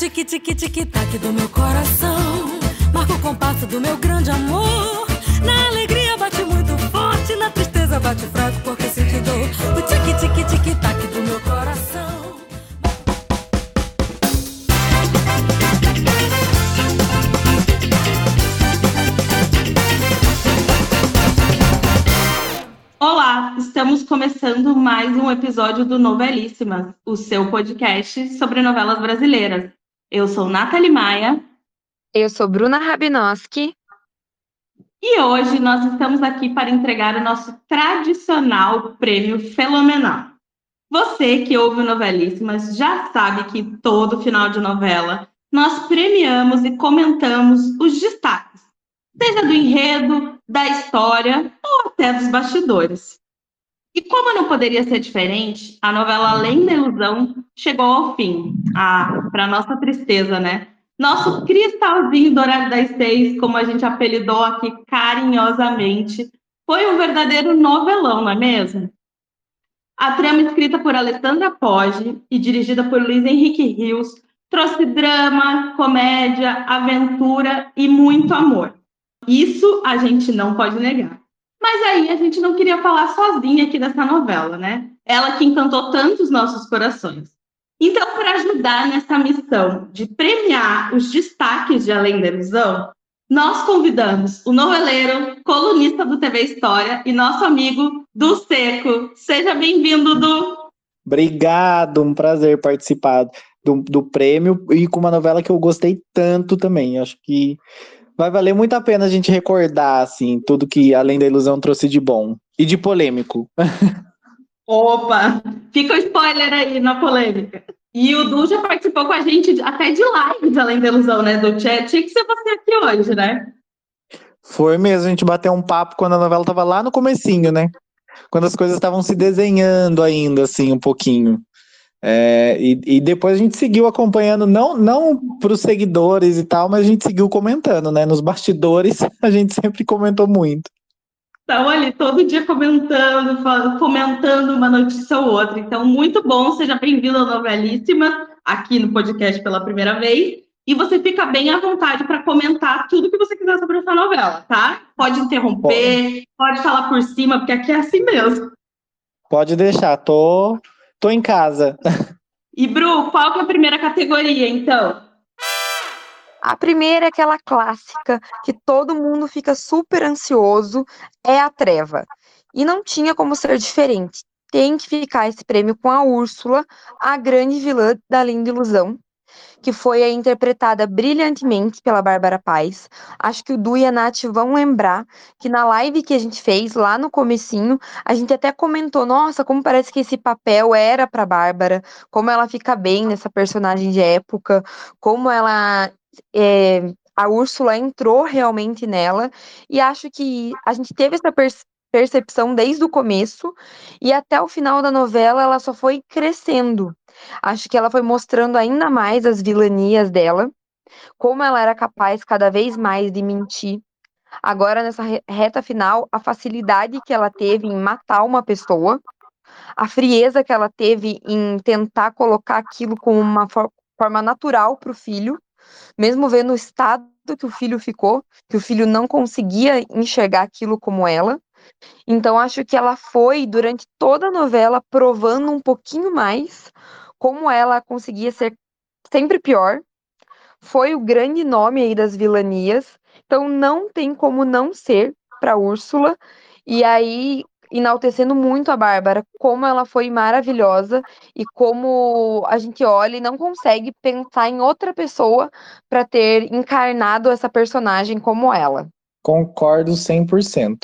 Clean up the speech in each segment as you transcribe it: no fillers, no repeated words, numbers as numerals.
tic-tic-tac do meu coração. Marca o compasso do meu grande amor. Na alegria bate muito forte, na tristeza bate fraco porque senti dor. O tic-tic-tic-tac do meu coração. Olá, estamos começando mais um episódio do Novelíssimas, o seu podcast sobre novelas brasileiras. Eu sou Nathalie Maia. Eu sou Bruna Rabinoski. E hoje nós estamos aqui para entregar o nosso tradicional prêmio Fenomenal. Você que ouve o Novelíssimas já sabe que todo final de novela nós premiamos e comentamos os destaques, seja do enredo, da história ou até dos bastidores. E como não poderia ser diferente, a novela Além da Ilusão chegou ao fim. Para nossa tristeza, né? Nosso cristalzinho do horário das 6, como a gente apelidou aqui carinhosamente, foi um verdadeiro novelão, não é mesmo? A trama escrita por Alessandra Poggi e dirigida por Luiz Henrique Rios trouxe drama, comédia, aventura e muito amor. Isso a gente não pode negar. Mas aí a gente não queria falar sozinha aqui dessa novela, né? Ela que encantou tanto os nossos corações. Então, para ajudar nessa missão de premiar os destaques de Além da Ilusão, nós convidamos o noveleiro, colunista do TV História e nosso amigo Du Seco. Seja bem-vindo, Du! Obrigado, um prazer participar do prêmio e com uma novela que eu gostei tanto também. Acho que vai valer muito a pena a gente recordar, assim, tudo que Além da Ilusão trouxe de bom e de polêmico. Opa! Fica o spoiler aí na polêmica. E o Du já participou com a gente até de live de Além da Ilusão, né, Du? Tinha que ser você aqui hoje, né? Foi mesmo, a gente bateu um papo quando a novela tava lá no comecinho, né? Quando as coisas estavam se desenhando ainda, assim, um pouquinho. E depois a gente seguiu acompanhando, não para os seguidores e tal, mas a gente seguiu comentando, né? Nos bastidores a gente sempre comentou muito. Estão ali todo dia comentando uma notícia ou outra. Então, muito bom, seja bem-vindo ao Novelíssima, aqui no podcast pela primeira vez. E você fica bem à vontade para comentar tudo que você quiser sobre essa novela, tá? Pode interromper, pode falar por cima, porque aqui é assim mesmo. Pode deixar, tô em casa. E, Bru, qual que é a primeira categoria, então? A primeira é aquela clássica que todo mundo fica super ansioso, é a Treva. E não tinha como ser diferente. Tem que ficar esse prêmio com a Úrsula, a grande vilã da Linda Ilusão, que foi interpretada brilhantemente pela Bárbara Paz. Acho que o Du e a Nath vão lembrar que na live que a gente fez, lá no comecinho, a gente até comentou, nossa, como parece que esse papel era para Bárbara, como ela fica bem nessa personagem de época, como ela... a Úrsula entrou realmente nela, e acho que a gente teve essa percepção desde o começo, e até o final da novela ela só foi crescendo. Acho que ela foi mostrando ainda mais as vilanias dela, como ela era capaz cada vez mais de mentir. Agora, nessa reta final, a facilidade que ela teve em matar uma pessoa, a frieza que ela teve em tentar colocar aquilo como uma forma natural para o filho, mesmo vendo o estado que o filho ficou, que o filho não conseguia enxergar aquilo como ela. Então, acho que ela foi, durante toda a novela, provando um pouquinho mais como ela conseguia ser sempre pior. Foi o grande nome aí das vilanias. Então, não tem como não ser para Úrsula. E aí, enaltecendo muito a Bárbara, como ela foi maravilhosa e como a gente olha e não consegue pensar em outra pessoa para ter encarnado essa personagem como ela. Concordo 100%.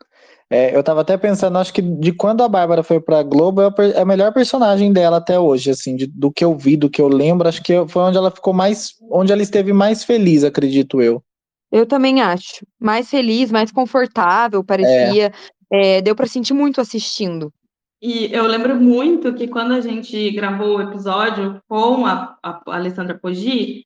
Eu tava até pensando, acho que de quando a Bárbara foi pra Globo, é a melhor personagem dela até hoje, assim, do que eu vi, do que eu lembro, acho que foi onde ela ficou onde ela esteve mais feliz, acredito eu. Eu também acho. Mais feliz, mais confortável, parecia. Deu pra sentir muito assistindo. E eu lembro muito que quando a gente gravou o episódio com a Alessandra Poggi,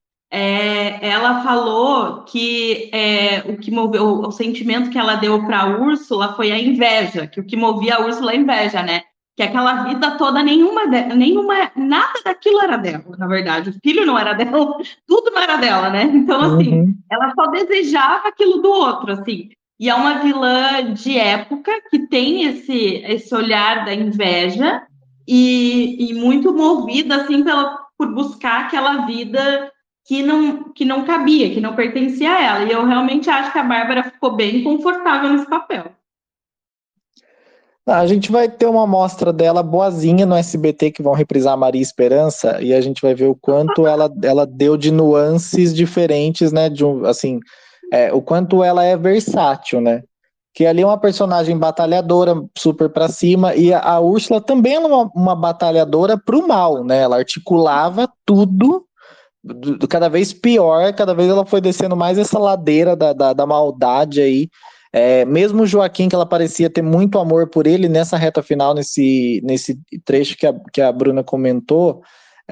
ela falou que o que moveu, o sentimento que ela deu para a Úrsula foi a inveja, que o que movia a Úrsula é a inveja, né? que aquela vida toda, nada daquilo era dela, na verdade. O filho não era dela, tudo não era dela, né? Então, assim, ela só desejava aquilo do outro, assim. E é uma vilã de época que tem esse olhar da inveja e muito movida, assim, por buscar aquela vida que não cabia, que não pertencia a ela. E eu realmente acho que a Bárbara ficou bem confortável nesse papel. A gente vai ter uma amostra dela boazinha no SBT que vão reprisar a Maria Esperança e a gente vai ver o quanto ela deu de nuances diferentes, né? Assim, o quanto ela é versátil, né? Que ali é uma personagem batalhadora, super pra cima, e a Úrsula também é uma batalhadora pro mal, né? Ela articulava tudo cada vez pior, cada vez ela foi descendo mais essa ladeira da maldade aí. Mesmo o Joaquim, que ela parecia ter muito amor por ele, nessa reta final, nesse trecho que a Bruna comentou,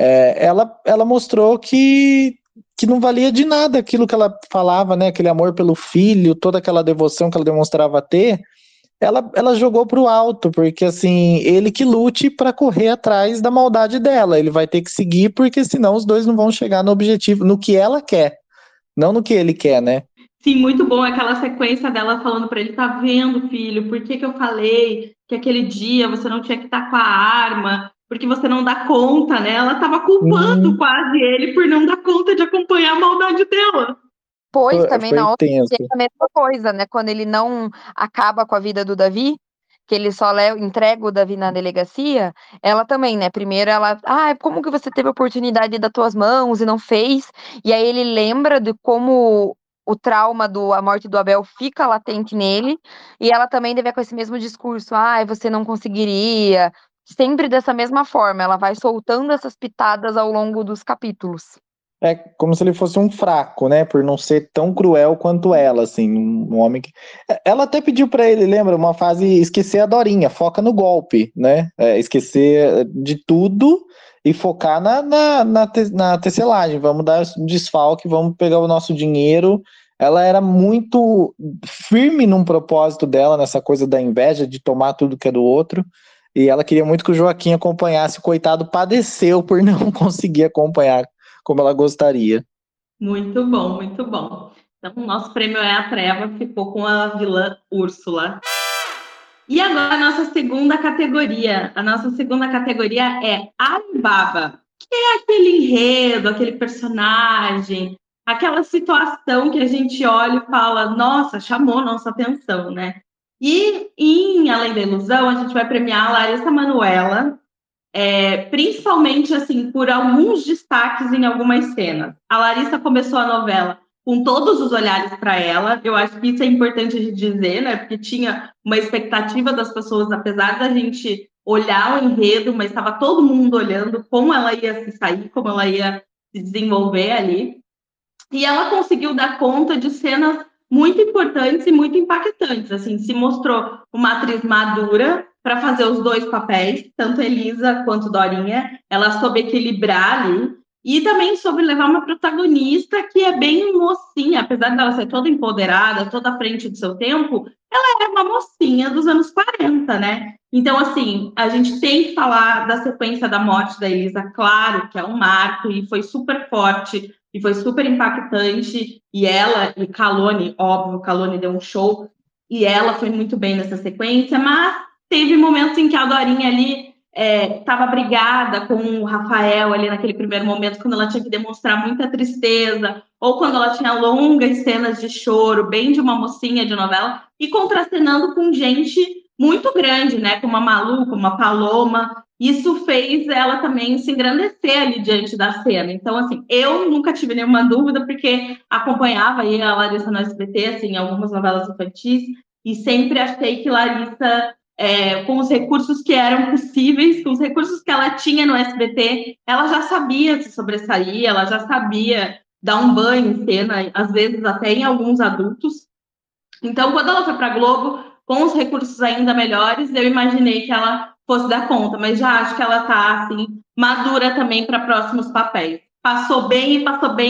ela mostrou que não valia de nada aquilo que ela falava, né? Aquele amor pelo filho, toda aquela devoção que ela demonstrava ter, ela jogou pro alto, porque assim, ele que lute para correr atrás da maldade dela, ele vai ter que seguir, porque senão os dois não vão chegar no objetivo, no que ela quer, não no que ele quer, né? Sim, muito bom aquela sequência dela falando para ele, tá vendo, filho, por que eu falei que aquele dia você não tinha que estar com a arma, porque você não dá conta, né? Ela tava culpando quase ele por não dar conta de acompanhar a maldade dela. Pois também Foi na outra tenso. cena a mesma coisa, né? Quando ele não acaba com a vida do Davi, que ele só entrega o Davi na delegacia, ela também, né? Primeiro ela, como que você teve a oportunidade das tuas mãos e não fez? E aí ele lembra de como o trauma da morte do Abel fica latente nele, e ela também deve com esse mesmo discurso, você não conseguiria, sempre dessa mesma forma, ela vai soltando essas pitadas ao longo dos capítulos. É como se ele fosse um fraco, né? Por não ser tão cruel quanto ela, assim, um homem que... Ela até pediu pra ele, lembra? Uma fase, esquecer a Dorinha, foca no golpe, né? Esquecer de tudo e focar na tecelagem. Vamos dar desfalque, vamos pegar o nosso dinheiro. Ela era muito firme num propósito dela, nessa coisa da inveja, de tomar tudo que é do outro. E ela queria muito que o Joaquim acompanhasse. O coitado padeceu por não conseguir acompanhar como ela gostaria. Muito bom, muito bom. Então, o nosso prêmio é a Treva, ficou com a vilã Úrsula. E agora a nossa segunda categoria. A nossa segunda categoria é Alibaba, que é aquele enredo, aquele personagem, aquela situação que a gente olha e fala, nossa, chamou nossa atenção, né? E em Além da Ilusão, a gente vai premiar a Larissa Manoela, principalmente assim por alguns destaques em algumas cenas. A Larissa começou a novela com todos os olhares para ela. Eu acho que isso é importante de dizer, né? Porque tinha uma expectativa das pessoas, apesar da gente olhar o enredo, mas estava todo mundo olhando como ela ia se sair, como ela ia se desenvolver ali. E ela conseguiu dar conta de cenas muito importantes e muito impactantes. Assim, se mostrou uma atriz madura para fazer os dois papéis, tanto Elisa quanto Dorinha. Ela soube equilibrar ali e também soube levar uma protagonista que é bem mocinha, apesar dela ser toda empoderada, toda à frente do seu tempo, ela é uma mocinha dos anos 40, né? Então, assim, a gente tem que falar da sequência da morte da Elisa, claro que é um marco e foi super forte e foi super impactante, e ela e Calone, óbvio, Calone deu um show, e ela foi muito bem nessa sequência, mas teve momentos em que a Dorinha ali estava brigada com o Rafael ali naquele primeiro momento, quando ela tinha que demonstrar muita tristeza, ou quando ela tinha longas cenas de choro, bem de uma mocinha de novela, e contracenando com gente muito grande, né, como a Malu, como a Paloma. Isso fez ela também se engrandecer ali diante da cena. Então, assim, eu nunca tive nenhuma dúvida, porque acompanhava aí a Larissa no SBT, assim, em algumas novelas infantis, e sempre achei que Larissa, com os recursos que eram possíveis, com os recursos que ela tinha no SBT, ela já sabia se sobressair, ela já sabia dar um banho em cena, às vezes até em alguns adultos. Então, quando ela foi para a Globo, com os recursos ainda melhores, eu imaginei que ela fosse dar conta, mas já acho que ela está assim, madura também para próximos papéis. Passou bem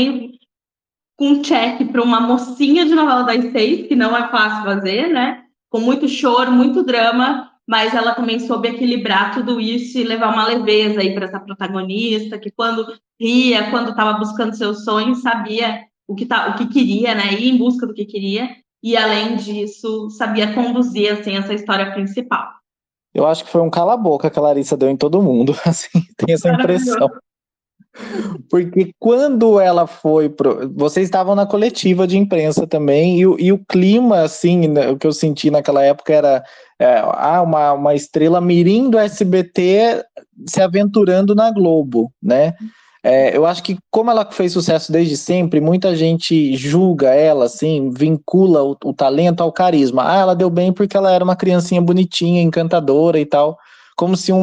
com check para uma mocinha de novela das 6, que não é fácil fazer, né? Com muito choro, muito drama, mas ela também soube equilibrar tudo isso e levar uma leveza aí para essa protagonista, que quando ria, quando estava buscando seus sonhos, sabia o que queria, né? Ir em busca do que queria, e além disso, sabia conduzir assim, essa história principal. Eu acho que foi um cala-boca que a Larissa deu em todo mundo, assim, tem essa impressão. Porque quando ela foi vocês estavam na coletiva de imprensa também, e o clima, assim, né, o que eu senti naquela época era uma estrela mirim do SBT se aventurando na Globo, né? Eu acho que como ela fez sucesso desde sempre, muita gente julga ela, assim, vincula o talento ao carisma. Ah, ela deu bem porque ela era uma criancinha bonitinha, encantadora e tal, como se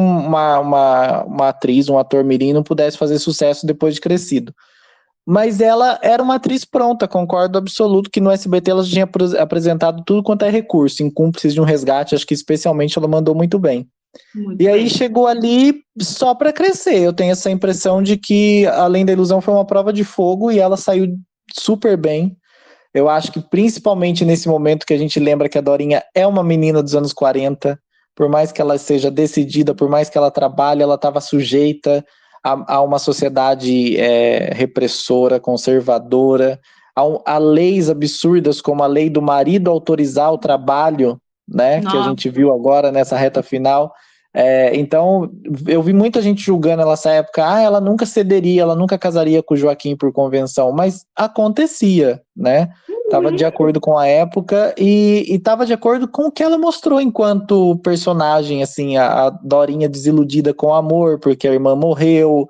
uma atriz, um ator mirim não pudesse fazer sucesso depois de crescido. Mas ela era uma atriz pronta, concordo absoluto que no SBT ela tinha apresentado tudo quanto é recurso, em Cúmplices de um Resgate, acho que especialmente ela mandou muito bem. Muito E aí bem. chegou ali só para crescer. Eu tenho essa impressão de que Além da Ilusão foi uma prova de fogo e ela saiu super bem. Eu acho que principalmente nesse momento que a gente lembra que a Dorinha é uma menina dos anos 40, por mais que ela seja decidida, por mais que ela trabalhe, ela estava sujeita a uma sociedade repressora, conservadora, a leis absurdas como a lei do marido autorizar o trabalho, né, que a gente viu agora nessa reta final. Então, eu vi muita gente julgando ela nessa época, ela nunca cederia, ela nunca casaria com o Joaquim por convenção, mas acontecia, né? Estava de acordo com a época e estava de acordo com o que ela mostrou enquanto personagem, assim, a Dorinha desiludida com o amor, porque a irmã morreu.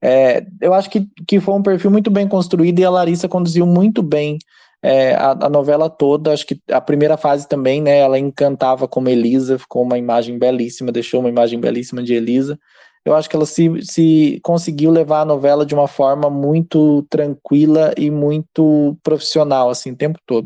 Eu acho que foi um perfil muito bem construído e a Larissa conduziu muito bem a novela toda. Acho que a primeira fase também, né, ela encantava como Elisa, ficou uma imagem belíssima, deixou uma imagem belíssima de Elisa. Eu acho que ela se conseguiu levar a novela de uma forma muito tranquila e muito profissional, assim, o tempo todo.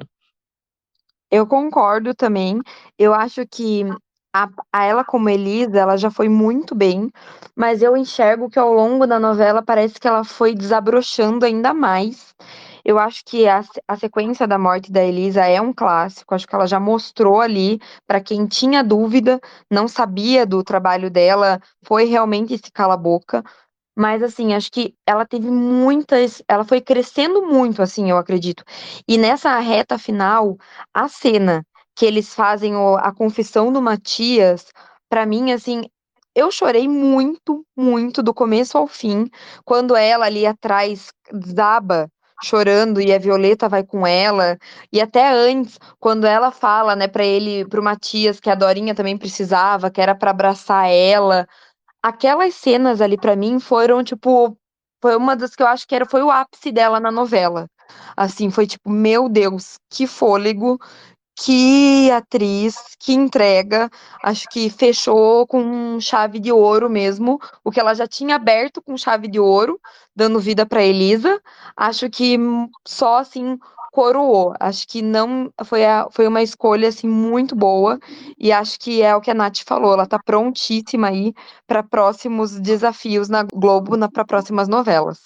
Eu concordo também. Eu acho que a ela como Elisa, ela já foi muito bem, mas eu enxergo que ao longo da novela parece que ela foi desabrochando ainda mais. Eu acho que a sequência da morte da Elisa é um clássico. Acho que ela já mostrou ali, para quem tinha dúvida, não sabia do trabalho dela, foi realmente esse cala-boca. Mas assim, acho que ela teve muitas, ela foi crescendo muito, assim, eu acredito. E nessa reta final, a cena que eles fazem a confissão do Matias, pra mim, assim, eu chorei muito, muito do começo ao fim, quando ela ali atrás desaba chorando e a Violeta vai com ela, e até antes, quando ela fala, né, para ele, pro Matias, que a Dorinha também precisava, que era pra abraçar ela. Aquelas cenas ali pra mim foram, tipo, foi uma das que eu acho que foi o ápice dela na novela. Assim, foi tipo, meu Deus, que fôlego, que atriz, que entrega. Acho que fechou com chave de ouro mesmo, o que ela já tinha aberto com chave de ouro, dando vida para Elisa. Acho que só assim coroou. Acho que não foi uma escolha assim muito boa e acho que é o que a Nath falou, ela tá prontíssima aí para próximos desafios na Globo, para próximas novelas.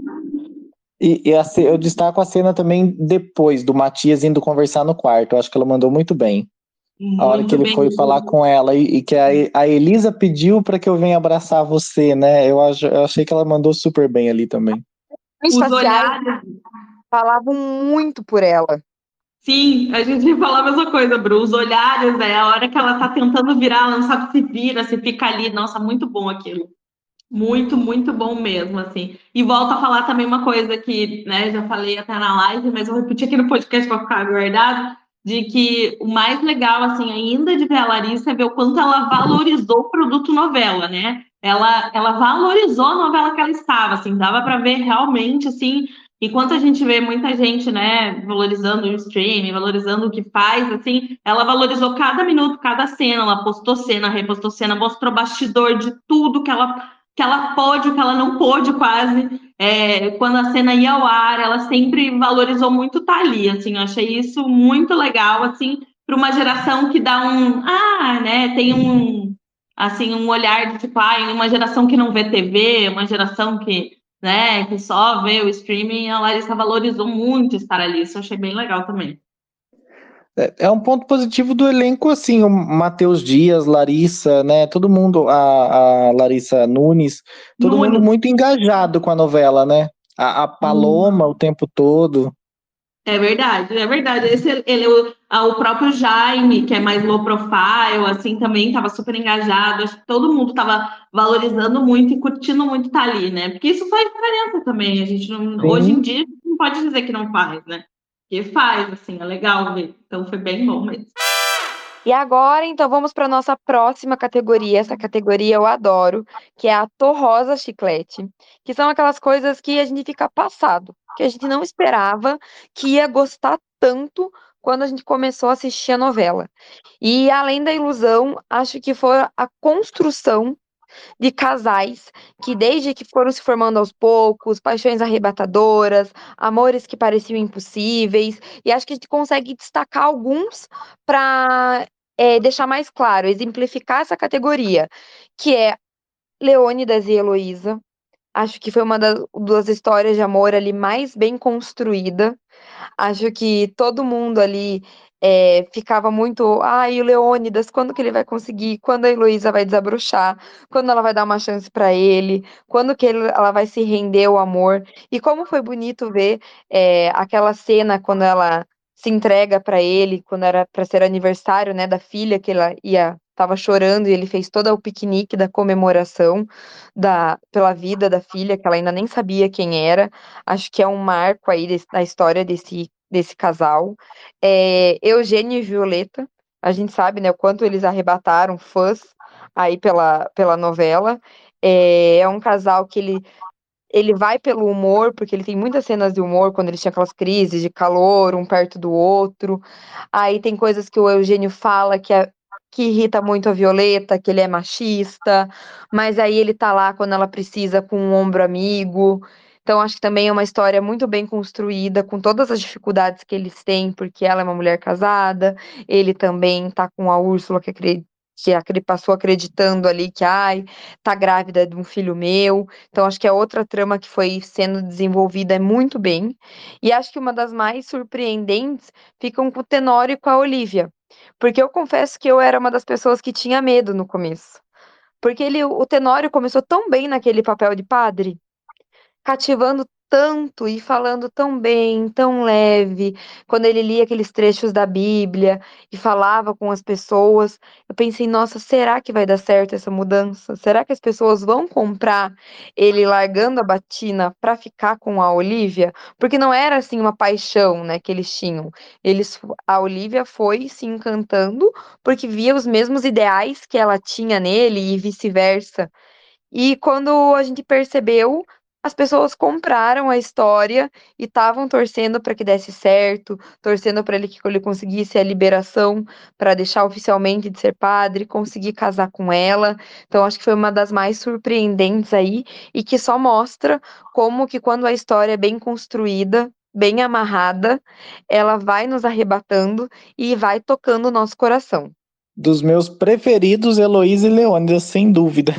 Eu destaco a cena também depois do Matias indo conversar no quarto. Eu acho que ela mandou muito bem. A hora que Muito ele bem. foi falar com ela e que a Elisa pediu para que eu venha abraçar você, né? Eu achei que ela mandou super bem ali também. Os Os faciais olhares. falavam muito por ela. Sim, a gente fala a mesma coisa, Bru. Os olhares, a hora que ela tá tentando virar, ela não sabe se vira, se fica ali. Nossa, muito bom aquilo. Muito, muito bom mesmo, assim. E volto a falar também uma coisa que, né, já falei até na live, mas eu repeti aqui no podcast para ficar guardado, de que o mais legal, assim, ainda de ver a Larissa é ver o quanto ela valorizou o produto novela, né? Ela valorizou a novela que ela estava, assim, dava para ver realmente, assim, enquanto a gente vê muita gente, né, valorizando o streaming, valorizando o que faz, assim, ela valorizou cada minuto, cada cena, ela postou cena, repostou cena, mostrou bastidor de tudo que ela pôde, o que ela não pôde quase, quando a cena ia ao ar, ela sempre valorizou muito estar ali, assim, eu achei isso muito legal, assim, para uma geração que dá né, tem assim, um olhar de tipo, uma geração que não vê TV, uma geração que, né, que só vê o streaming, a Larissa valorizou muito estar ali, isso eu achei bem legal também. É um ponto positivo do elenco, assim, o Matheus Dias, Larissa, né? Todo mundo, a Larissa Nunes, todo mundo Nunes. muito engajado com a novela, né? A Paloma o tempo todo. É verdade, é verdade. O próprio Jaime, que é mais low profile, assim, também estava super engajado. Acho que todo mundo estava valorizando muito e curtindo muito estar ali, né? Porque isso faz diferença também. A gente não, hoje em Sim. dia não pode dizer que não faz, né? Porque faz, assim, é legal ver. Então foi bem bom mesmo. E agora, então, vamos para nossa próxima categoria. Essa categoria eu adoro, que é a torrosa chiclete, que são aquelas coisas que a gente fica passado, que a gente não esperava que ia gostar tanto quando a gente começou a assistir a novela. E além da ilusão, acho que foi a construção de casais que desde que foram se formando aos poucos, paixões arrebatadoras, amores que pareciam impossíveis, e acho que a gente consegue destacar alguns para deixar mais claro, exemplificar essa categoria, que é Leônidas e Heloísa. Acho que foi uma das histórias de amor ali mais bem construída. Acho que todo mundo ali ficava muito. Ai, o Leônidas, quando que ele vai conseguir? Quando a Heloísa vai desabrochar? Quando ela vai dar uma chance para ele? Quando que ela vai se render ao amor? E como foi bonito ver aquela cena quando ela se entrega para ele, quando era para ser aniversário, né, da filha que ela ia. Tava chorando e ele fez todo o piquenique da comemoração pela vida da filha, que ela ainda nem sabia quem era. Acho que é um marco aí da história desse casal. Eugênio e Violeta, a gente sabe, né, o quanto eles arrebataram fãs aí pela novela. É um casal que ele vai pelo humor, porque ele tem muitas cenas de humor, quando eles tinham aquelas crises de calor, um perto do outro. Aí tem coisas que o Eugênio fala que irrita muito a Violeta, que ele é machista, mas aí ele tá lá quando ela precisa com um ombro amigo. Então acho que também é uma história muito bem construída, com todas as dificuldades que eles têm, porque ela é uma mulher casada, ele também tá com a Úrsula que passou acreditando ali que ai, tá grávida de um filho meu. Então, acho que a outra trama que foi sendo desenvolvida é muito bem. E acho que uma das mais surpreendentes ficam com o Tenório e com a Olivia. Porque eu confesso que eu era uma das pessoas que tinha medo no começo. Porque o Tenório começou tão bem naquele papel de padre, cativando tanto e falando tão bem, tão leve, quando ele lia aqueles trechos da Bíblia e falava com as pessoas, eu pensei, nossa, será que vai dar certo essa mudança? Será que as pessoas vão comprar ele largando a batina para ficar com a Olivia? Porque não era assim uma paixão, né, que eles tinham. A Olivia foi se encantando porque via os mesmos ideais que ela tinha nele e vice-versa. E quando a gente percebeu, as pessoas compraram a história e estavam torcendo para que desse certo, torcendo para ele que ele conseguisse a liberação para deixar oficialmente de ser padre, conseguir casar com ela. Então acho que foi uma das mais surpreendentes aí e que só mostra como que quando a história é bem construída, bem amarrada, ela vai nos arrebatando e vai tocando o nosso coração. Dos meus preferidos, Heloísa e Leônidas, sem dúvida.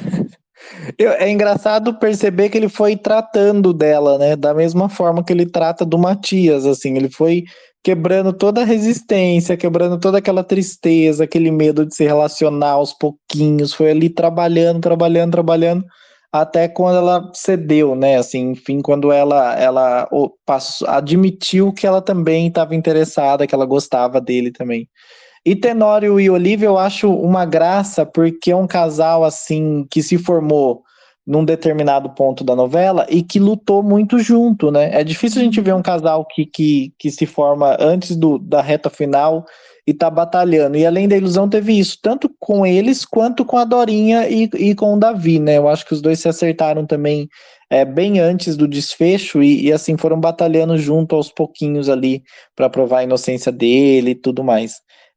É engraçado perceber que ele foi tratando dela, né? Da mesma forma que ele trata do Matias, assim. Ele foi quebrando toda a resistência, quebrando toda aquela tristeza, aquele medo de se relacionar aos pouquinhos. Foi ali trabalhando, trabalhando, trabalhando, até quando ela cedeu, né? Assim, enfim, quando ela admitiu que ela também estava interessada, que ela gostava dele também. E Tenório e Olivia eu acho uma graça porque é um casal assim que se formou num determinado ponto da novela e que lutou muito junto, né? É difícil a gente ver um casal que se forma antes da reta final e tá batalhando. E além da ilusão teve isso, tanto com eles quanto com a Dorinha e com o Davi, né? Eu acho que os dois se acertaram também bem antes do desfecho e assim foram batalhando junto aos pouquinhos ali para provar a inocência dele e tudo mais.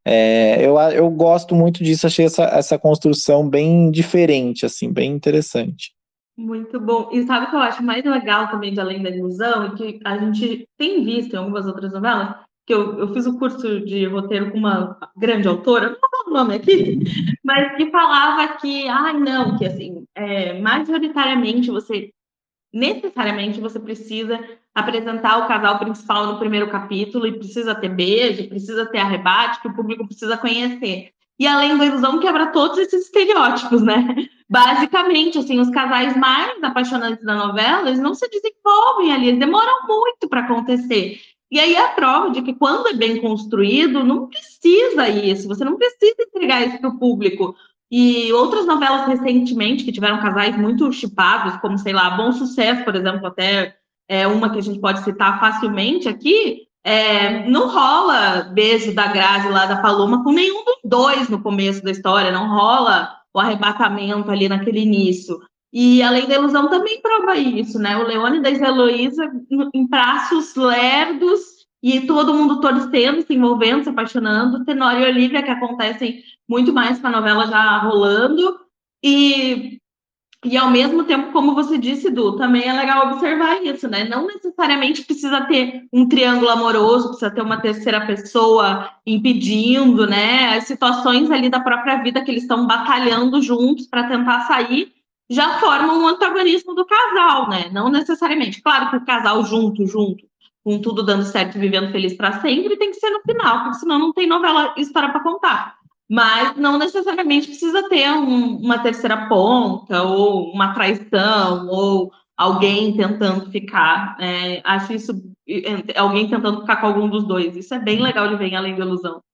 Eu gosto muito disso, achei essa construção bem diferente, assim, bem interessante. Muito bom. E sabe o que eu acho mais legal também de Além da Ilusão? E que a gente tem visto em algumas outras novelas, que eu fiz o curso de roteiro com uma grande autora, não vou falar o nome aqui, mas que falava que, não, que assim, majoritariamente você necessariamente você precisa apresentar o casal principal no primeiro capítulo e precisa ter beijo, precisa ter arrebate, que o público precisa conhecer. E além da ilusão, quebra todos esses estereótipos, né? Basicamente, assim, os casais mais apaixonantes da novela, eles não se desenvolvem ali, eles demoram muito para acontecer. E aí a prova de que quando é bem construído, não precisa isso, você não precisa entregar isso para o público. E outras novelas recentemente que tiveram casais muito chipados, como, sei lá, Bom Sucesso, por exemplo, até uma que a gente pode citar facilmente aqui, não rola beijo da Grazi lá da Paloma com nenhum dos dois no começo da história, não rola o arrebatamento ali naquele início. E além da ilusão também prova isso, né? O Leônidas e a Heloísa em braços lerdos e todo mundo torcendo, se envolvendo, se apaixonando. Tenório e Olivia, que acontecem muito mais com a novela já rolando. E ao mesmo tempo, como você disse, Du, também é legal observar isso, né? Não necessariamente precisa ter um triângulo amoroso, precisa ter uma terceira pessoa impedindo, né? As situações ali da própria vida que eles estão batalhando juntos para tentar sair já formam um antagonismo do casal, né? Não necessariamente. Claro que o casal junto, com tudo dando certo e vivendo feliz para sempre, tem que ser no final, porque senão não tem novela, história para contar. Mas não necessariamente precisa ter uma terceira ponta, ou uma traição, ou alguém tentando ficar. Acho isso, alguém tentando ficar com algum dos dois. Isso é bem legal de ver em Além da Ilusão.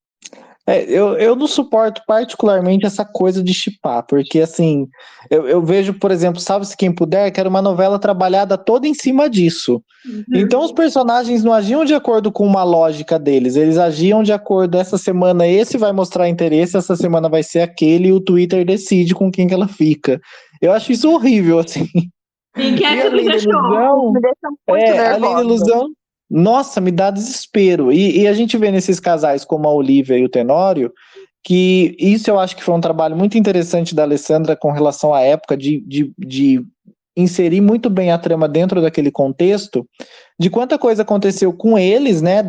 Eu não suporto particularmente essa coisa de chipar, porque assim, eu vejo, por exemplo, Salve-se Quem Puder, que era uma novela trabalhada toda em cima disso. Então os personagens não agiam de acordo com uma lógica deles, eles agiam de acordo, essa semana esse vai mostrar interesse, essa semana vai ser aquele, e o Twitter decide com quem que ela fica. Eu acho isso horrível, assim. Enquete do G-Show. Me deixa muito nervosa. Além da ilusão, nossa, me dá desespero. E a gente vê nesses casais como a Olivia e o Tenório, que isso eu acho que foi um trabalho muito interessante da Alessandra com relação à época de inserir muito bem a trama dentro daquele contexto, de quanta coisa aconteceu com eles, né,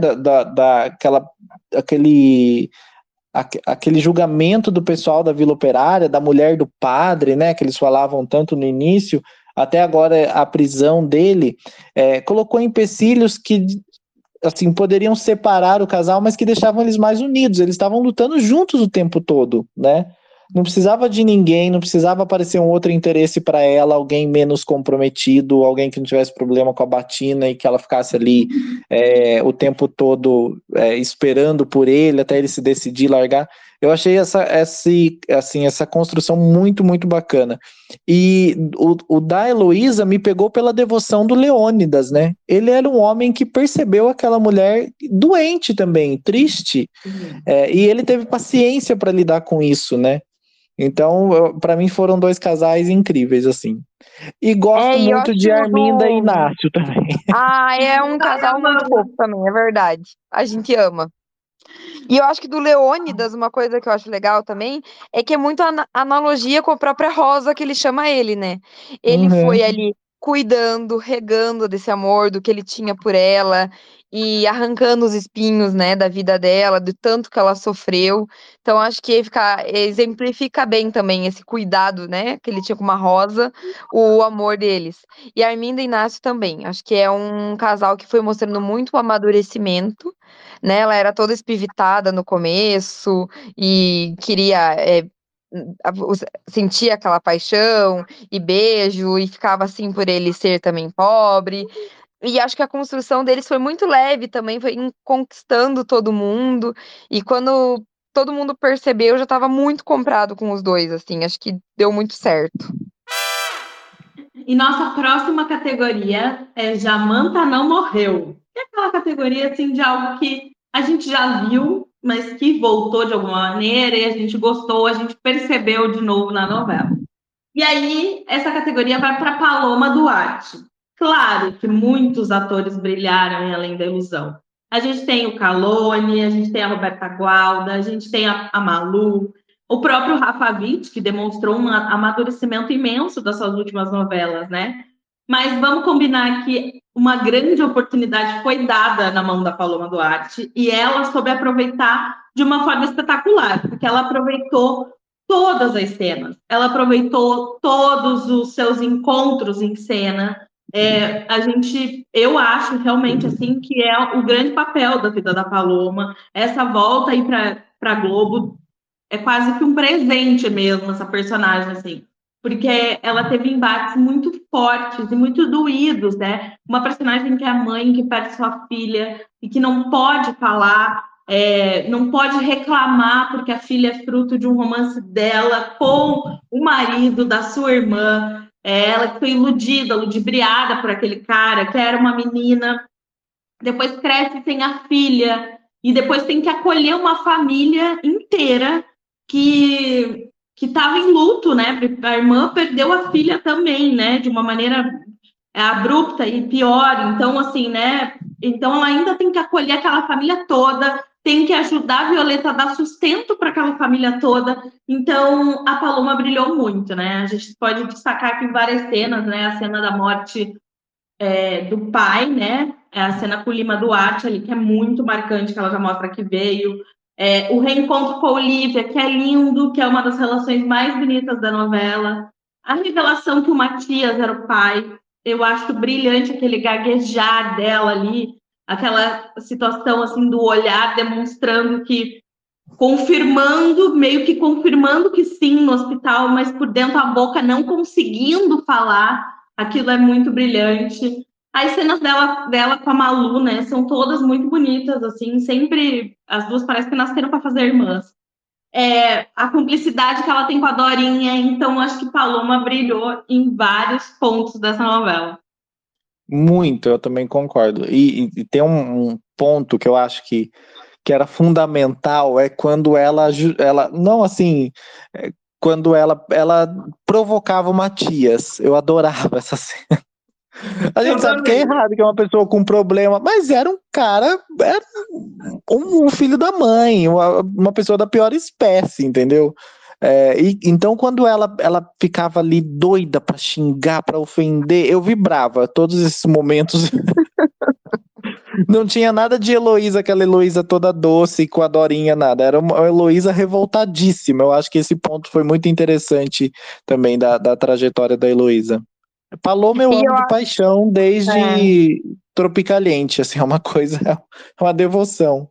aquele julgamento do pessoal da Vila Operária, da mulher do padre, né, que eles falavam tanto no início, até agora a prisão dele, colocou empecilhos que assim, poderiam separar o casal, mas que deixavam eles mais unidos, eles estavam lutando juntos o tempo todo, né? Não precisava de ninguém, não precisava aparecer um outro interesse para ela, alguém menos comprometido, alguém que não tivesse problema com a batina e que ela ficasse ali o tempo todo esperando por ele até ele se decidir largar. Eu achei essa construção muito, muito bacana. E o da Heloísa me pegou pela devoção do Leônidas, né? Ele era um homem que percebeu aquela mulher doente também, triste, e ele teve paciência para lidar com isso, né? Então, para mim, foram dois casais incríveis, assim. E gosto muito de Arminda e Inácio também. É um casal muito fofo também, é verdade. A gente ama. E eu acho que do Leônidas, uma coisa que eu acho legal também, é que é muito analogia com a própria Rosa, que ele chama ele, né? Ele foi ali cuidando, regando desse amor, do que ele tinha por ela, e arrancando os espinhos, né, da vida dela, do tanto que ela sofreu. Então, acho que exemplifica bem também esse cuidado, né, que ele tinha com uma Rosa, o amor deles. E Arminda e Inácio também. Acho que é um casal que foi mostrando muito o amadurecimento, né? Ela era toda espivitada no começo e queria sentir aquela paixão e beijo e ficava assim por ele ser também pobre. E acho que a construção deles foi muito leve também, foi conquistando todo mundo. E quando todo mundo percebeu, já estava muito comprado com os dois, assim. Acho que deu muito certo. E nossa próxima categoria é Jamanta Não Morreu. É aquela categoria, assim, de algo que a gente já viu, mas que voltou de alguma maneira e a gente gostou, a gente percebeu de novo na novela. E aí, essa categoria vai para Paloma Duarte. Claro que muitos atores brilharam em Além da Ilusão. A gente tem o Calone, a gente tem a Roberta Gualda, a gente tem a Malu, o próprio Rafa Witt, que demonstrou um amadurecimento imenso das suas últimas novelas, né? Mas vamos combinar que uma grande oportunidade foi dada na mão da Paloma Duarte e ela soube aproveitar de uma forma espetacular, porque ela aproveitou todas as cenas. Ela aproveitou todos os seus encontros em cena. Eu acho realmente assim que é o grande papel da vida da Paloma. Essa volta aí para Globo é quase que um presente mesmo, essa personagem, assim. Porque ela teve embates muito fortes e muito doídos, né? Uma personagem que é a mãe, que perde sua filha e que não pode falar, não pode reclamar porque a filha é fruto de um romance dela com o marido da sua irmã. Ela que foi iludida, ludibriada por aquele cara, que era uma menina, depois cresce sem a filha, e depois tem que acolher uma família inteira que estava em luto, né? A irmã perdeu a filha também, né? De uma maneira abrupta e pior. Então, assim, né? Então, ela ainda tem que acolher aquela família toda, tem que ajudar a Violeta a dar sustento para aquela família toda. Então, a Paloma brilhou muito, né? A gente pode destacar aqui várias cenas, né? A cena da morte do pai, né? É a cena com o Lima Duarte ali, que é muito marcante, que ela já mostra que veio. O reencontro com a Olivia, que é lindo, que é uma das relações mais bonitas da novela. A revelação que o Matias era o pai. Eu acho brilhante aquele gaguejar dela ali, aquela situação assim do olhar demonstrando que meio que confirmando que sim no hospital, mas por dentro a boca não conseguindo falar, aquilo é muito brilhante. As cenas dela com a Malu, né, são todas muito bonitas, assim, sempre as duas parecem que nasceram para fazer irmãs. A cumplicidade que ela tem com a Dorinha, então acho que Paloma brilhou em vários pontos dessa novela. Muito, eu também concordo. E tem um ponto que eu acho que era fundamental, é quando ela não assim, quando ela provocava o Matias. Eu adorava essa cena. A gente sabe que é errado, que é uma pessoa com problema, mas era um cara, era um filho da mãe, uma pessoa da pior espécie, entendeu? Então, quando ela ficava ali doida pra xingar, pra ofender, eu vibrava. Todos esses momentos não tinha nada de Heloísa, aquela Heloísa toda doce com a Dorinha, nada. Era uma Heloísa revoltadíssima. Eu acho que esse ponto foi muito interessante também da trajetória da Heloísa. Paloma eu E amo eu de paixão desde Tropicaliente, assim, é uma coisa, é uma devoção.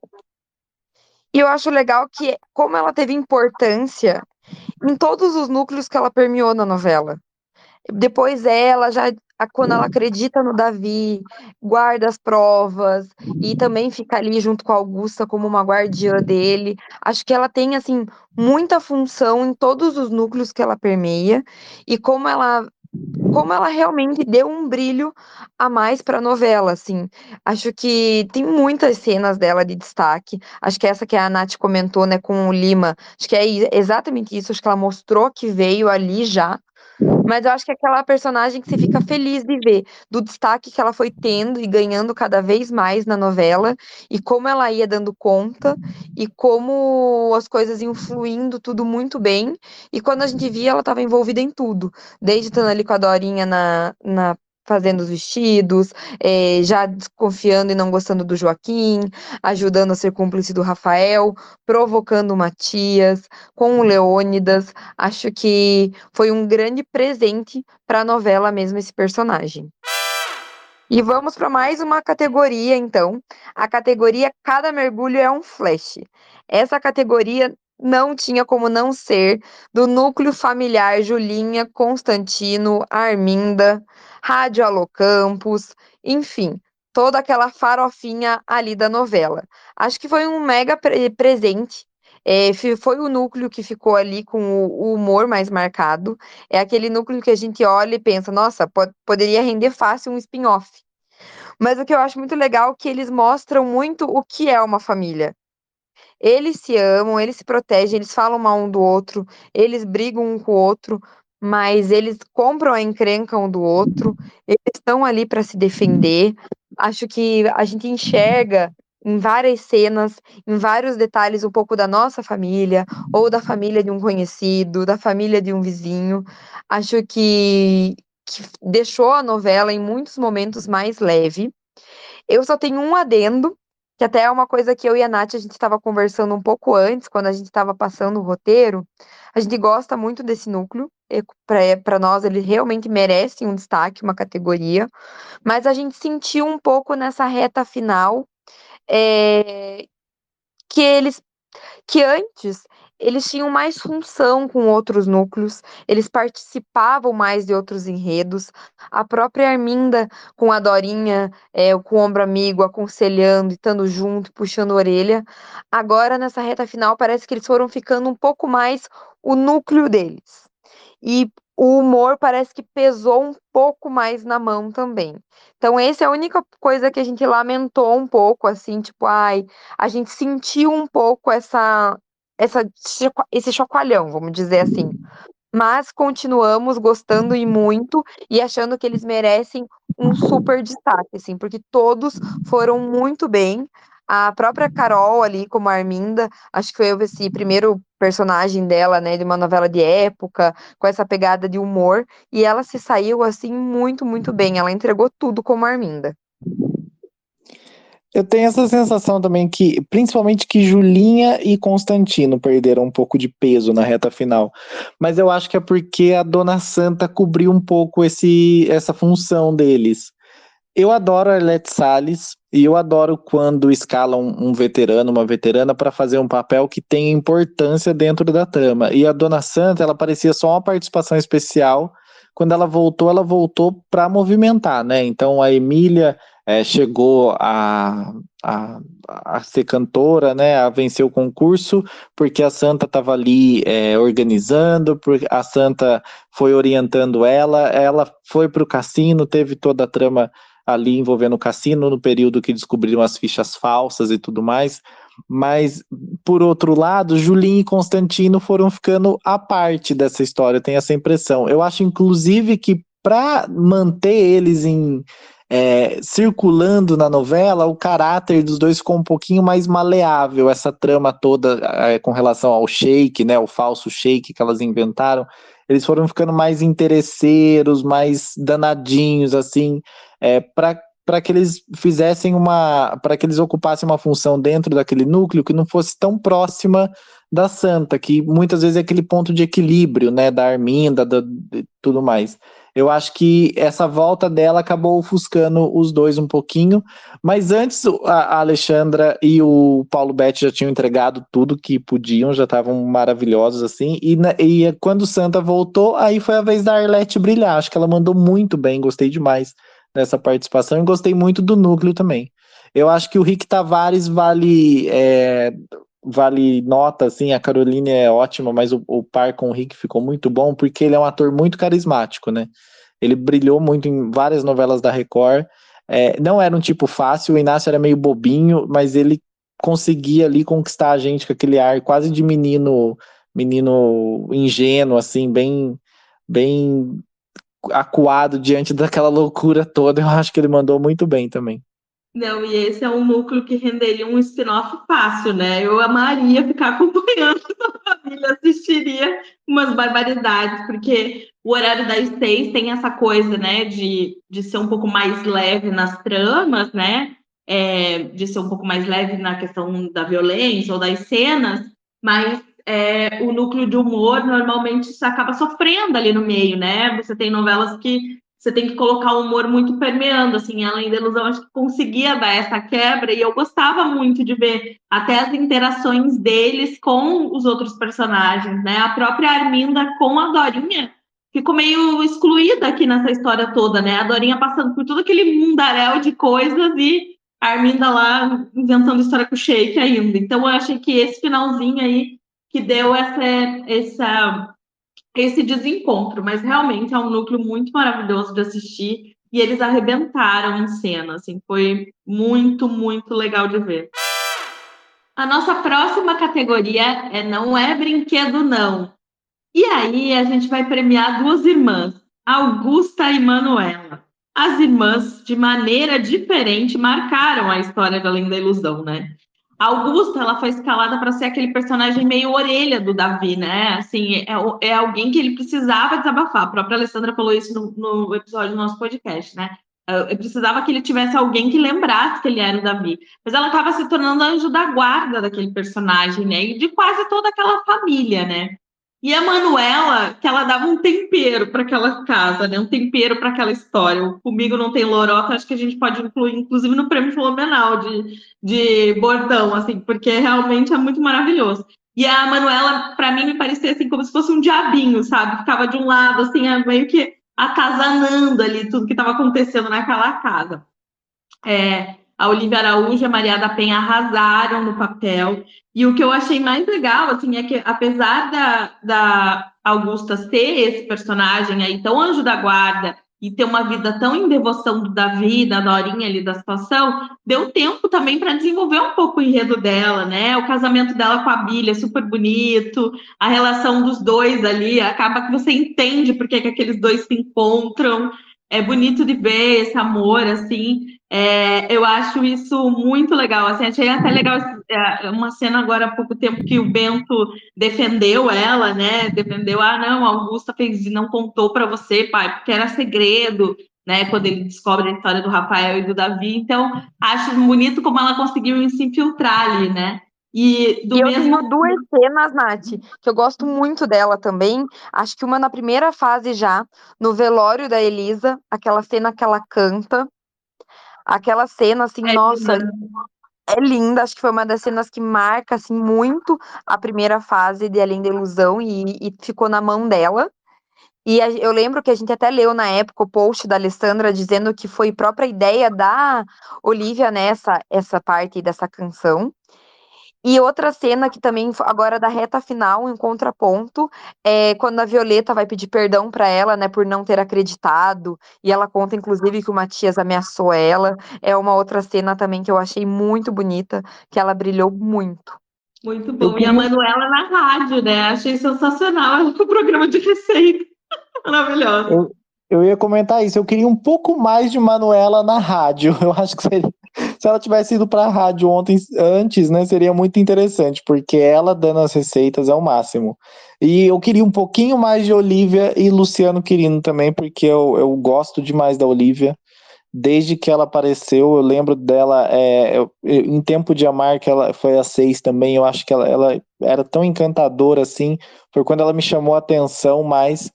E eu acho legal que, como ela teve importância em todos os núcleos que ela permeou na novela. Depois ela já, quando ela acredita no Davi, guarda as provas e também fica ali junto com a Augusta como uma guardiã dele. Acho que ela tem, assim, muita função em todos os núcleos que ela permeia e como ela realmente deu um brilho a mais para a novela, assim. Acho que tem muitas cenas dela de destaque. Acho que essa que a Nath comentou, né, com o Lima, acho que é exatamente isso. Acho que ela mostrou que veio ali já. Mas eu acho que é aquela personagem que você fica feliz de ver, do destaque que ela foi tendo e ganhando cada vez mais na novela, e como ela ia dando conta, e como as coisas iam fluindo tudo muito bem. E quando a gente via, ela estava envolvida em tudo, desde estando ali com a Dorinha fazendo os vestidos, já desconfiando e não gostando do Joaquim, ajudando a ser cúmplice do Rafael, provocando o Matias, com o Leônidas. Acho que foi um grande presente para a novela mesmo esse personagem. E vamos para mais uma categoria, então. A categoria Cada Mergulho é um Flash. Essa categoria não tinha como não ser do núcleo familiar Julinha, Constantino, Arminda, Rádio Alô Campos, enfim, toda aquela farofinha ali da novela. Acho que foi um mega presente. Foi o núcleo que ficou ali com o humor mais marcado. É aquele núcleo que a gente olha e pensa, nossa, poderia render fácil um spin-off. Mas o que eu acho muito legal é que eles mostram muito o que é uma família. Eles se amam, eles se protegem, eles falam mal um do outro, eles brigam um com o outro, mas eles compram a encrenca um do outro, eles estão ali para se defender. Acho que a gente enxerga em várias cenas, em vários detalhes, um pouco da nossa família, ou da família de um conhecido, da família de um vizinho. Acho que deixou a novela em muitos momentos mais leve. Eu só tenho um adendo, que até é uma coisa que eu e a Nath, a gente estava conversando um pouco antes, quando a gente estava passando o roteiro. A gente gosta muito desse núcleo, para nós ele realmente merece um destaque, uma categoria, mas a gente sentiu um pouco nessa reta final é, que que antes eles tinham mais função com outros núcleos, eles participavam mais de outros enredos. A própria Arminda com a Dorinha, com o ombro amigo, aconselhando, estando junto, puxando a orelha. Agora, nessa reta final, parece que eles foram ficando um pouco mais o núcleo deles. E o humor parece que pesou um pouco mais na mão também. Então, essa é a única coisa que a gente lamentou um pouco, assim, tipo, ai, a gente sentiu um pouco esse chacoalhão, vamos dizer assim. Mas continuamos gostando e muito e achando que eles merecem um super destaque, assim, porque todos foram muito bem. A própria Carol ali, como a Arminda, acho que foi esse primeiro personagem dela, né, de uma novela de época, com essa pegada de humor, e ela se saiu, assim, muito, muito bem. Ela entregou tudo como Arminda. Eu tenho essa sensação também que, principalmente que Julinha e Constantino perderam um pouco de peso na reta final. Mas eu acho que é porque a Dona Santa cobriu um pouco essa função deles. Eu adoro a Arlete Salles e eu adoro quando escalam um veterano, uma veterana para fazer um papel que tenha importância dentro da trama. E a Dona Santa, ela parecia só uma participação especial. Quando ela voltou para movimentar, né? Então a Emília chegou a ser cantora, né? A vencer o concurso, porque a Santa estava ali organizando, porque a Santa foi orientando ela foi para o cassino, teve toda a trama ali envolvendo o cassino no período que descobriram as fichas falsas e tudo mais. Mas, por outro lado, Julinho e Constantino foram ficando à parte dessa história, eu tenho essa impressão. Eu acho, inclusive, que para manter eles circulando na novela, o caráter dos dois ficou um pouquinho mais maleável, essa trama toda com relação ao Sheik, né, o falso Sheik que elas inventaram, eles foram ficando mais interesseiros, mais danadinhos, assim, para que eles para que eles ocupassem uma função dentro daquele núcleo que não fosse tão próxima da Santa, que muitas vezes é aquele ponto de equilíbrio, né, da Arminda, de tudo mais. Eu acho que essa volta dela acabou ofuscando os dois um pouquinho, mas antes a Alexandra e o Paulo Betti já tinham entregado tudo que podiam, já estavam maravilhosos assim, e quando Santa voltou, aí foi a vez da Arlete brilhar, acho que ela mandou muito bem, gostei demais dessa participação e gostei muito do núcleo também. Eu acho que o Rick Tavares vale nota, assim, a Caroline é ótima, mas o par com o Rick ficou muito bom, porque ele é um ator muito carismático, né? Ele brilhou muito em várias novelas da Record, não era um tipo fácil, o Inácio era meio bobinho, mas ele conseguia ali conquistar a gente com aquele ar quase de menino ingênuo, assim, bem acuado diante daquela loucura toda. Eu acho que ele mandou muito bem também. Não, e esse é um núcleo que renderia um spin-off fácil, né? Eu amaria ficar acompanhando a família, assistiria umas barbaridades, porque o horário das 6 tem essa coisa, né, de ser um pouco mais leve nas tramas, né? De ser um pouco mais leve na questão da violência ou das cenas, mas o núcleo de humor normalmente acaba sofrendo ali no meio, né? Você tem novelas que você tem que colocar o humor muito permeando, assim, Além da Ilusão, acho que conseguia dar essa quebra, e eu gostava muito de ver até as interações deles com os outros personagens, né? A própria Arminda com a Dorinha ficou meio excluída aqui nessa história toda, né? A Dorinha passando por todo aquele mundaréu de coisas e a Arminda lá inventando história com o Sheik ainda. Então, eu achei que esse finalzinho aí que deu esse desencontro, mas realmente é um núcleo muito maravilhoso de assistir e eles arrebentaram em cena, assim, foi muito, muito legal de ver. A nossa próxima categoria não é brinquedo, não. E aí a gente vai premiar duas irmãs, Augusta e Manuela. As irmãs, de maneira diferente, marcaram a história de Além da Ilusão, né? A Augusta, ela foi escalada para ser aquele personagem meio orelha do Davi, né? Assim, é alguém que ele precisava desabafar. A própria Alessandra falou isso no episódio do nosso podcast, né? Eu precisava que ele tivesse alguém que lembrasse que ele era o Davi. Mas ela acaba se tornando anjo da guarda daquele personagem, né? E de quase toda aquela família, né? E a Manuela, que ela dava um tempero para aquela casa, né? Um tempero para aquela história. O Comigo Não Tem Lorota, acho que a gente pode incluir, inclusive, no Prêmio Fenomenal de bordão, assim, porque realmente é muito maravilhoso. E a Manuela, para mim, me parecia assim, como se fosse um diabinho, sabe? Ficava de um lado, assim, meio que atazanando ali tudo que estava acontecendo naquela casa. A Olivia Araújo e a Maria da Penha arrasaram no papel. E o que eu achei mais legal, assim, é que apesar da Augusta ser esse personagem aí tão anjo da guarda e ter uma vida tão em devoção do Davi, da Dorinha ali da situação, deu tempo também para desenvolver um pouco o enredo dela, né? O casamento dela com a Bíblia é super bonito, a relação dos dois ali, acaba que você entende por que aqueles dois se encontram. É bonito de ver esse amor, assim. Eu acho isso muito legal. Assim, achei até legal uma cena agora há pouco tempo que o Bento defendeu ela, né? Defendeu, não, a Augusta fez e não contou para você, pai, porque era segredo, né? Quando ele descobre a história do Rafael e do Davi. Então, acho bonito como ela conseguiu se infiltrar ali, né? E do E eu mesmo. tenho duas cenas, Nath, que eu gosto muito dela também. Acho que uma na primeira fase já, no velório da Elisa, aquela cena que ela canta. Aquela cena, assim, nossa, é linda. Acho que foi uma das cenas que marca, assim, muito a primeira fase de Além da Ilusão e ficou na mão dela. E eu lembro que a gente até leu na época o post da Alessandra dizendo que foi própria ideia da Olivia nessa essa parte dessa canção. E outra cena que também, agora da reta final, em contraponto, é quando a Violeta vai pedir perdão para ela, né, por não ter acreditado, e ela conta, inclusive, que o Matias ameaçou ela. É uma outra cena também que eu achei muito bonita, que ela brilhou muito. Muito bom. E a Manuela na rádio, né? Achei sensacional ela com o programa de receita. Maravilhosa. Eu ia comentar isso, eu queria um pouco mais de Manuela na rádio. Eu acho que se ela tivesse ido para a rádio antes, né, seria muito interessante, porque ela dando as receitas é o máximo. E eu queria um pouquinho mais de Olivia e Luciano Quirino também, porque eu gosto demais da Olivia. Desde que ela apareceu, eu lembro dela em Tempo de Amar, que ela foi a 6 também. Eu acho que ela era tão encantadora assim. Foi quando ela me chamou a atenção mais.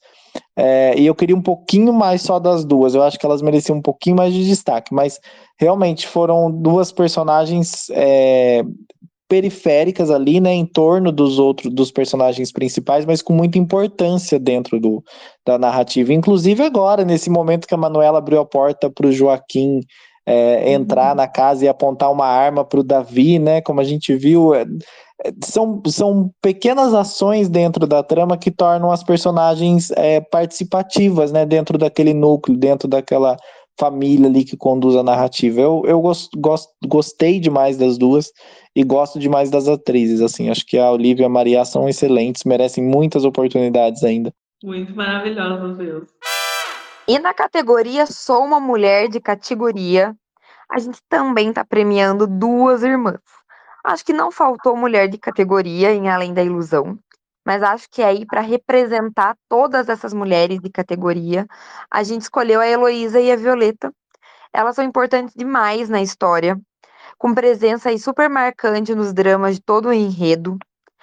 E eu queria um pouquinho mais só das duas. Eu acho que elas mereciam um pouquinho mais de destaque, mas realmente foram duas personagens periféricas ali, né, em torno dos personagens principais, mas com muita importância dentro da narrativa. Inclusive agora, nesse momento que a Manuela abriu a porta para o Joaquim entrar na casa e apontar uma arma para o Davi, né, como a gente viu, são pequenas ações dentro da trama que tornam as personagens participativas, né, dentro daquele núcleo, dentro daquela família ali que conduz a narrativa. Eu gostei demais das duas e gosto demais das atrizes, assim, acho que a Olivia e a Maria são excelentes, merecem muitas oportunidades ainda. Muito maravilhosas, Deus. E na categoria Sou uma Mulher de Categoria, a gente também está premiando duas irmãs. Acho que não faltou mulher de categoria em Além da Ilusão, mas acho que aí para representar todas essas mulheres de categoria, a gente escolheu a Heloísa e a Violeta. Elas são importantes demais na história, com presença aí super marcante nos dramas de todo o enredo.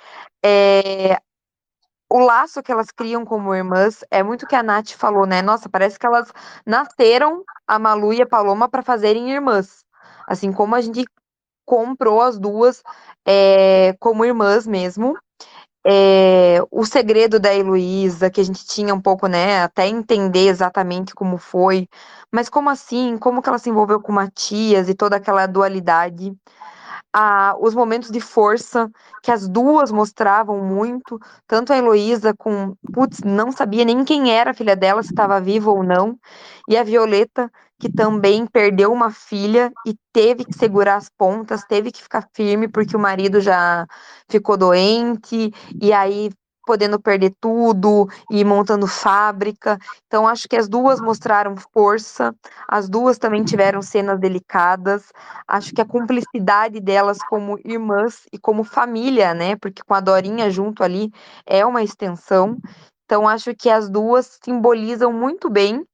O laço que elas criam como irmãs é muito o que a Nath falou, né? Nossa, parece que elas nasceram, a Malu e a Paloma, para fazerem irmãs. Assim como a gente comprou as duas como irmãs mesmo. O segredo da Heloísa, que a gente tinha um pouco, né, até entender exatamente como foi, mas como assim, como que ela se envolveu com o Matias e toda aquela dualidade, os momentos de força que as duas mostravam muito, tanto a Heloísa com, putz, não sabia nem quem era a filha dela, se estava viva ou não, e a Violeta, que também perdeu uma filha e teve que segurar as pontas, teve que ficar firme porque o marido já ficou doente, e aí podendo perder tudo e montando fábrica. Então acho que as duas mostraram força, as duas também tiveram cenas delicadas. Acho que a cumplicidade delas como irmãs e como família, né? Porque com a Dorinha junto ali é uma extensão. Então acho que as duas simbolizam muito bem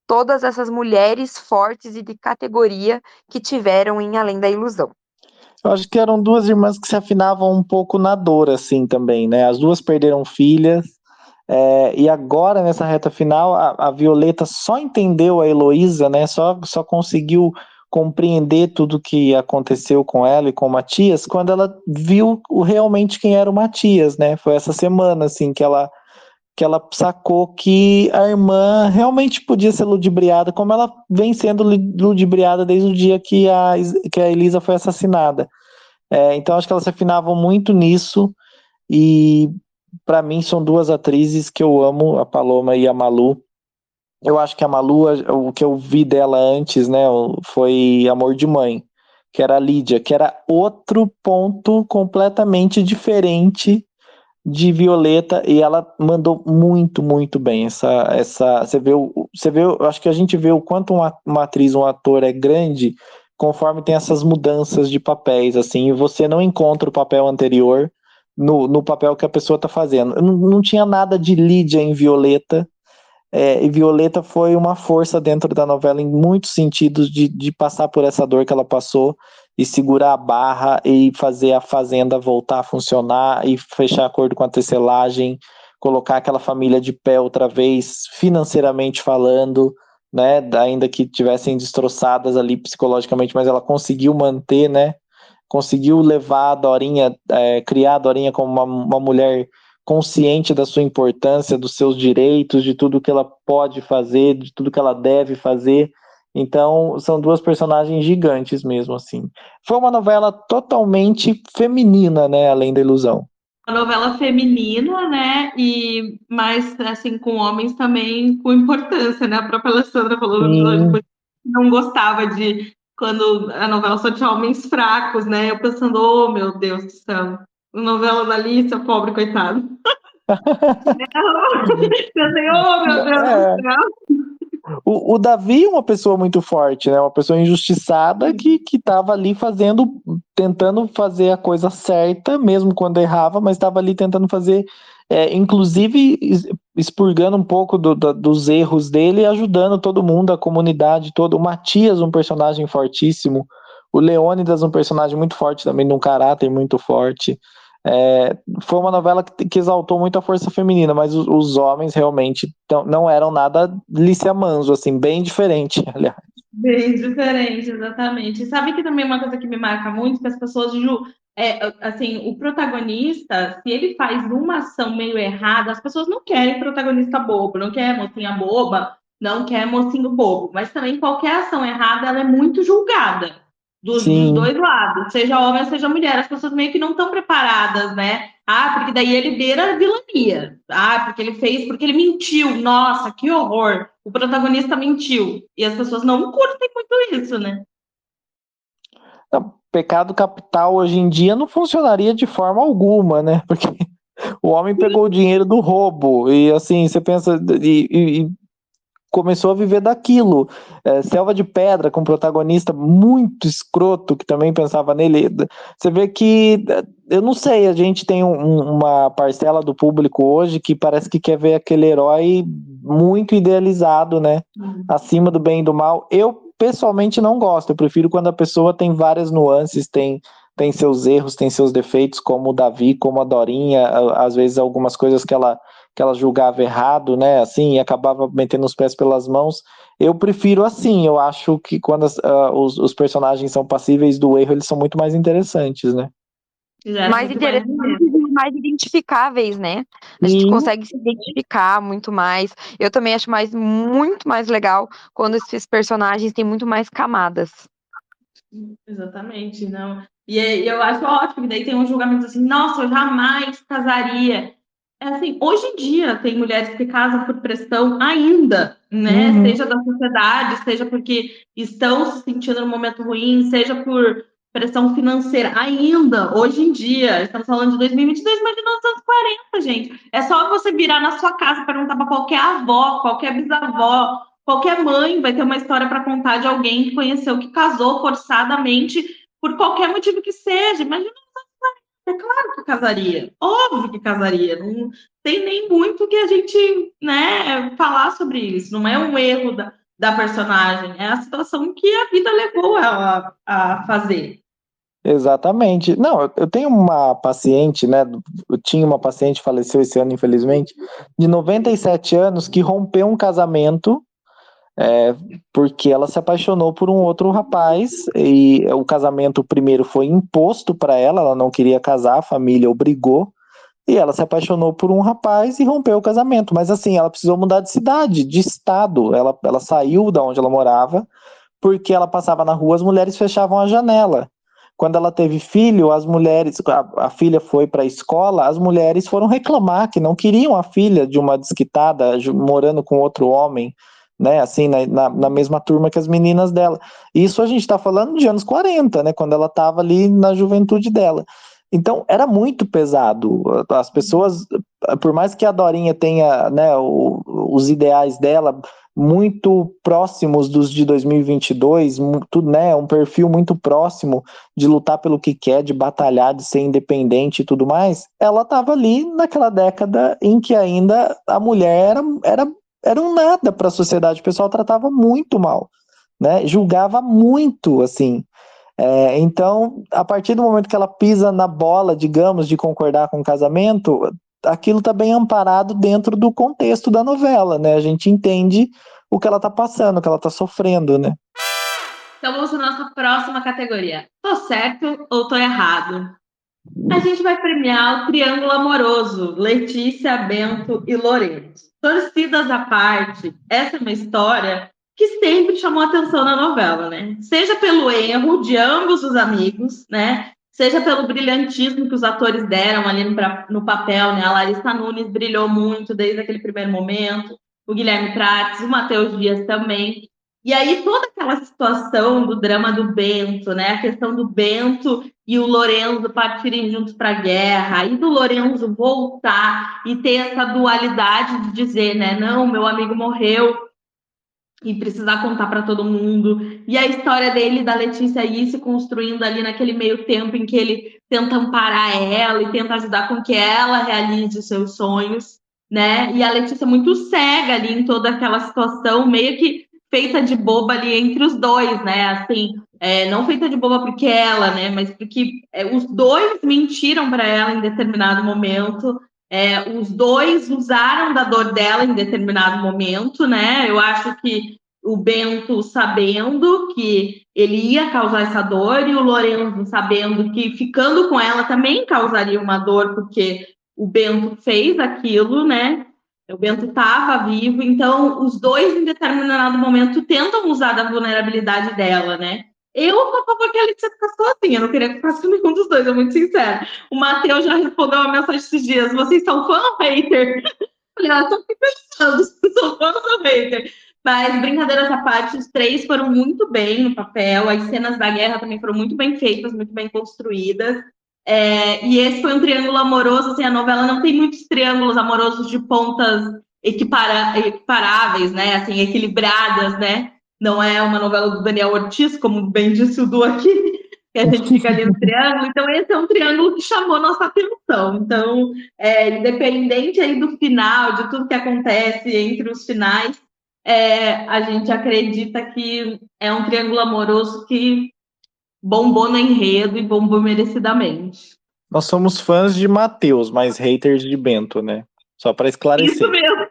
todas essas mulheres fortes e de categoria que tiveram em Além da Ilusão. Eu acho que eram duas irmãs que se afinavam um pouco na dor, assim, também, né? As duas perderam filhas, e agora, nessa reta final, a Violeta só entendeu a Heloísa, né? Só conseguiu compreender tudo que aconteceu com ela e com o Matias quando ela viu realmente quem era o Matias, né? Foi essa semana, assim, que ela sacou que a irmã realmente podia ser ludibriada, como ela vem sendo ludibriada desde o dia que a Elisa foi assassinada. Então acho que elas se afinavam muito nisso, e para mim são duas atrizes que eu amo, a Paloma e a Malu. Eu acho que a Malu, o que eu vi dela antes, né, foi Amor de Mãe, que era a Lídia, que era outro ponto completamente diferente de Violeta, e ela mandou muito, muito bem. Eu acho que a gente vê o quanto uma atriz, um ator é grande conforme tem essas mudanças de papéis, assim, e você não encontra o papel anterior no papel que a pessoa está fazendo. Não tinha nada de Lídia em Violeta, e Violeta foi uma força dentro da novela em muitos sentidos de passar por essa dor que ela passou e segurar a barra e fazer a fazenda voltar a funcionar e fechar acordo com a tecelagem, colocar aquela família de pé outra vez, financeiramente falando, né? Ainda que tivessem destroçadas ali psicologicamente, mas ela conseguiu manter, né? Conseguiu levar a Dorinha, criar a Dorinha como uma mulher consciente da sua importância, dos seus direitos, de tudo que ela pode fazer, de tudo que ela deve fazer. Então, são duas personagens gigantes mesmo, assim. Foi uma novela totalmente feminina, né, Além da Ilusão. Uma novela feminina, né? E mais assim, com homens também com importância, né? A própria Alessandra falou no episódio que não gostava de quando a novela só tinha homens fracos, né? Eu pensando, oh meu Deus do céu, novela da Alice, pobre coitado. Pensei, oh meu Deus do céu. O Davi é uma pessoa muito forte, né? Uma pessoa injustiçada que estava ali tentando fazer a coisa certa, mesmo quando errava, mas estava ali tentando fazer, inclusive expurgando um pouco dos erros dele e ajudando todo mundo, a comunidade toda. O Matias, um personagem fortíssimo. O Leônidas, um personagem muito forte também, de um caráter muito forte. Foi uma novela que exaltou muito a força feminina, mas os homens realmente não eram nada Lícia Manso, assim, bem diferente, aliás. Bem diferente, exatamente. E sabe que também uma coisa que me marca muito, que as pessoas assim, o protagonista, se ele faz uma ação meio errada, as pessoas não querem protagonista bobo, não quer mocinha boba, não quer mocinho bobo, mas também qualquer ação errada, ela é muito julgada dos dois lados, seja homem ou seja mulher. As pessoas meio que não estão preparadas, né? Ah, porque daí ele beira a vilania. Ah, porque ele mentiu. Nossa, que horror. O protagonista mentiu. E as pessoas não curtem muito isso, né? Pecado capital hoje em dia não funcionaria de forma alguma, né? Porque o homem pegou o dinheiro do roubo e assim, você pensa e começou a viver daquilo. Selva de Pedra, com um protagonista muito escroto, que também pensava nele. Você vê que, eu não sei, a gente tem uma parcela do público hoje que parece que quer ver aquele herói muito idealizado, né? Acima do bem e do mal. Eu, pessoalmente, não gosto. Eu prefiro quando a pessoa tem várias nuances, tem seus erros, tem seus defeitos, como o Davi, como a Dorinha, às vezes algumas coisas que ela julgava errado, né, assim, e acabava metendo os pés pelas mãos. Eu prefiro assim, eu acho que quando os personagens são passíveis do erro, eles são muito mais interessantes, né? Mais interessantes e mais identificáveis, né? A gente consegue se identificar muito mais. Eu também acho muito mais legal quando esses personagens têm muito mais camadas. Exatamente, não. E eu acho ótimo, que daí tem um julgamento assim, nossa, eu jamais casaria. Assim, hoje em dia tem mulheres que casam por pressão ainda, né? Seja da sociedade, seja porque estão se sentindo num momento ruim, seja por pressão financeira. Ainda, hoje em dia, estamos falando de 2022, imagina nos anos 40, gente. É só você virar na sua casa e perguntar para qualquer avó, qualquer bisavó, qualquer mãe vai ter uma história para contar de alguém que conheceu, que casou forçadamente por qualquer motivo que seja. Imagina. É claro que casaria, óbvio que casaria. Não tem nem muito que a gente, né, falar sobre isso. Não é um erro da personagem, é a situação que a vida levou ela a fazer. Exatamente. Não, eu tenho uma paciente, né? Eu tinha uma paciente, faleceu esse ano, infelizmente, de 97 anos, que rompeu um casamento porque ela se apaixonou por um outro rapaz e o casamento primeiro foi imposto para ela não queria casar, a família obrigou, e ela se apaixonou por um rapaz e rompeu o casamento. Mas assim, ela precisou mudar de cidade, de estado. Ela saiu da onde ela morava, porque ela passava na rua, as mulheres fechavam a janela. Quando ela teve filho, as mulheres, a filha foi para a escola, as mulheres foram reclamar que não queriam a filha de uma desquitada morando com outro homem, né, assim, na mesma turma que as meninas dela. Isso a gente está falando de anos 40, né, quando ela estava ali na juventude dela. Então, era muito pesado. As pessoas, por mais que a Dorinha tenha, né, os ideais dela muito próximos dos de 2022, né, um perfil muito próximo de lutar pelo que quer, de batalhar, de ser independente e tudo mais, ela estava ali naquela década em que ainda a mulher era um nada para a sociedade, o pessoal tratava muito mal, né, julgava muito, assim. Então, a partir do momento que ela pisa na bola, digamos, de concordar com o casamento, aquilo está bem amparado dentro do contexto da novela, né? A gente entende o que ela está passando, o que ela está sofrendo, né? Então vamos para a nossa próxima categoria. Tô certo ou tô errado? A gente vai premiar o triângulo amoroso, Letícia, Bento e Loreto. Torcidas à parte, essa é uma história que sempre chamou atenção na novela, né? Seja pelo erro de ambos os amigos, né? Seja pelo brilhantismo que os atores deram ali no papel, né? A Larissa Nunes brilhou muito desde aquele primeiro momento, o Guilherme Prates, o Matheus Dias também. E aí toda aquela situação do drama do Bento, né? A questão do Bento e o Lorenzo partirem juntos para a guerra, e do Lorenzo voltar e ter essa dualidade de dizer, né, não, meu amigo morreu e precisar contar para todo mundo, e a história dele e da Letícia ir se construindo ali naquele meio tempo em que ele tenta amparar ela e tenta ajudar com que ela realize os seus sonhos, né, e a Letícia muito cega ali em toda aquela situação, meio que feita de boba ali entre os dois, né, assim, não feita de boba porque ela, né, mas porque os dois mentiram para ela em determinado momento, os dois usaram da dor dela em determinado momento, né, eu acho que o Bento sabendo que ele ia causar essa dor e o Lorenzo sabendo que ficando com ela também causaria uma dor, porque o Bento fez aquilo, né? O Bento estava vivo, então os dois, em determinado momento, tentam usar da vulnerabilidade dela, né? Eu sou a favor que a Letícia ficasse sozinha, eu não queria que ficasse com nenhum dos dois, é muito sincero. O Matheus já respondeu uma mensagem esses dias: vocês são fã ou hater? Eu falei, estou aqui pensando, sou fã ou sou hater? Mas, brincadeiras à parte, os três foram muito bem no papel, as cenas da guerra também foram muito bem feitas, muito bem construídas. E esse foi um triângulo amoroso, assim, a novela não tem muitos triângulos amorosos de pontas equiparáveis, né, assim, equilibradas, né, não é uma novela do Daniel Ortiz, como bem disse o Du aqui, que a gente fica ali no triângulo, então esse é um triângulo que chamou nossa atenção, então, independente aí do final, de tudo que acontece entre os finais, a gente acredita que é um triângulo amoroso que bombou no enredo e bombou merecidamente. Nós somos fãs de Matheus, mas haters de Bento, né? Só para esclarecer. Isso mesmo.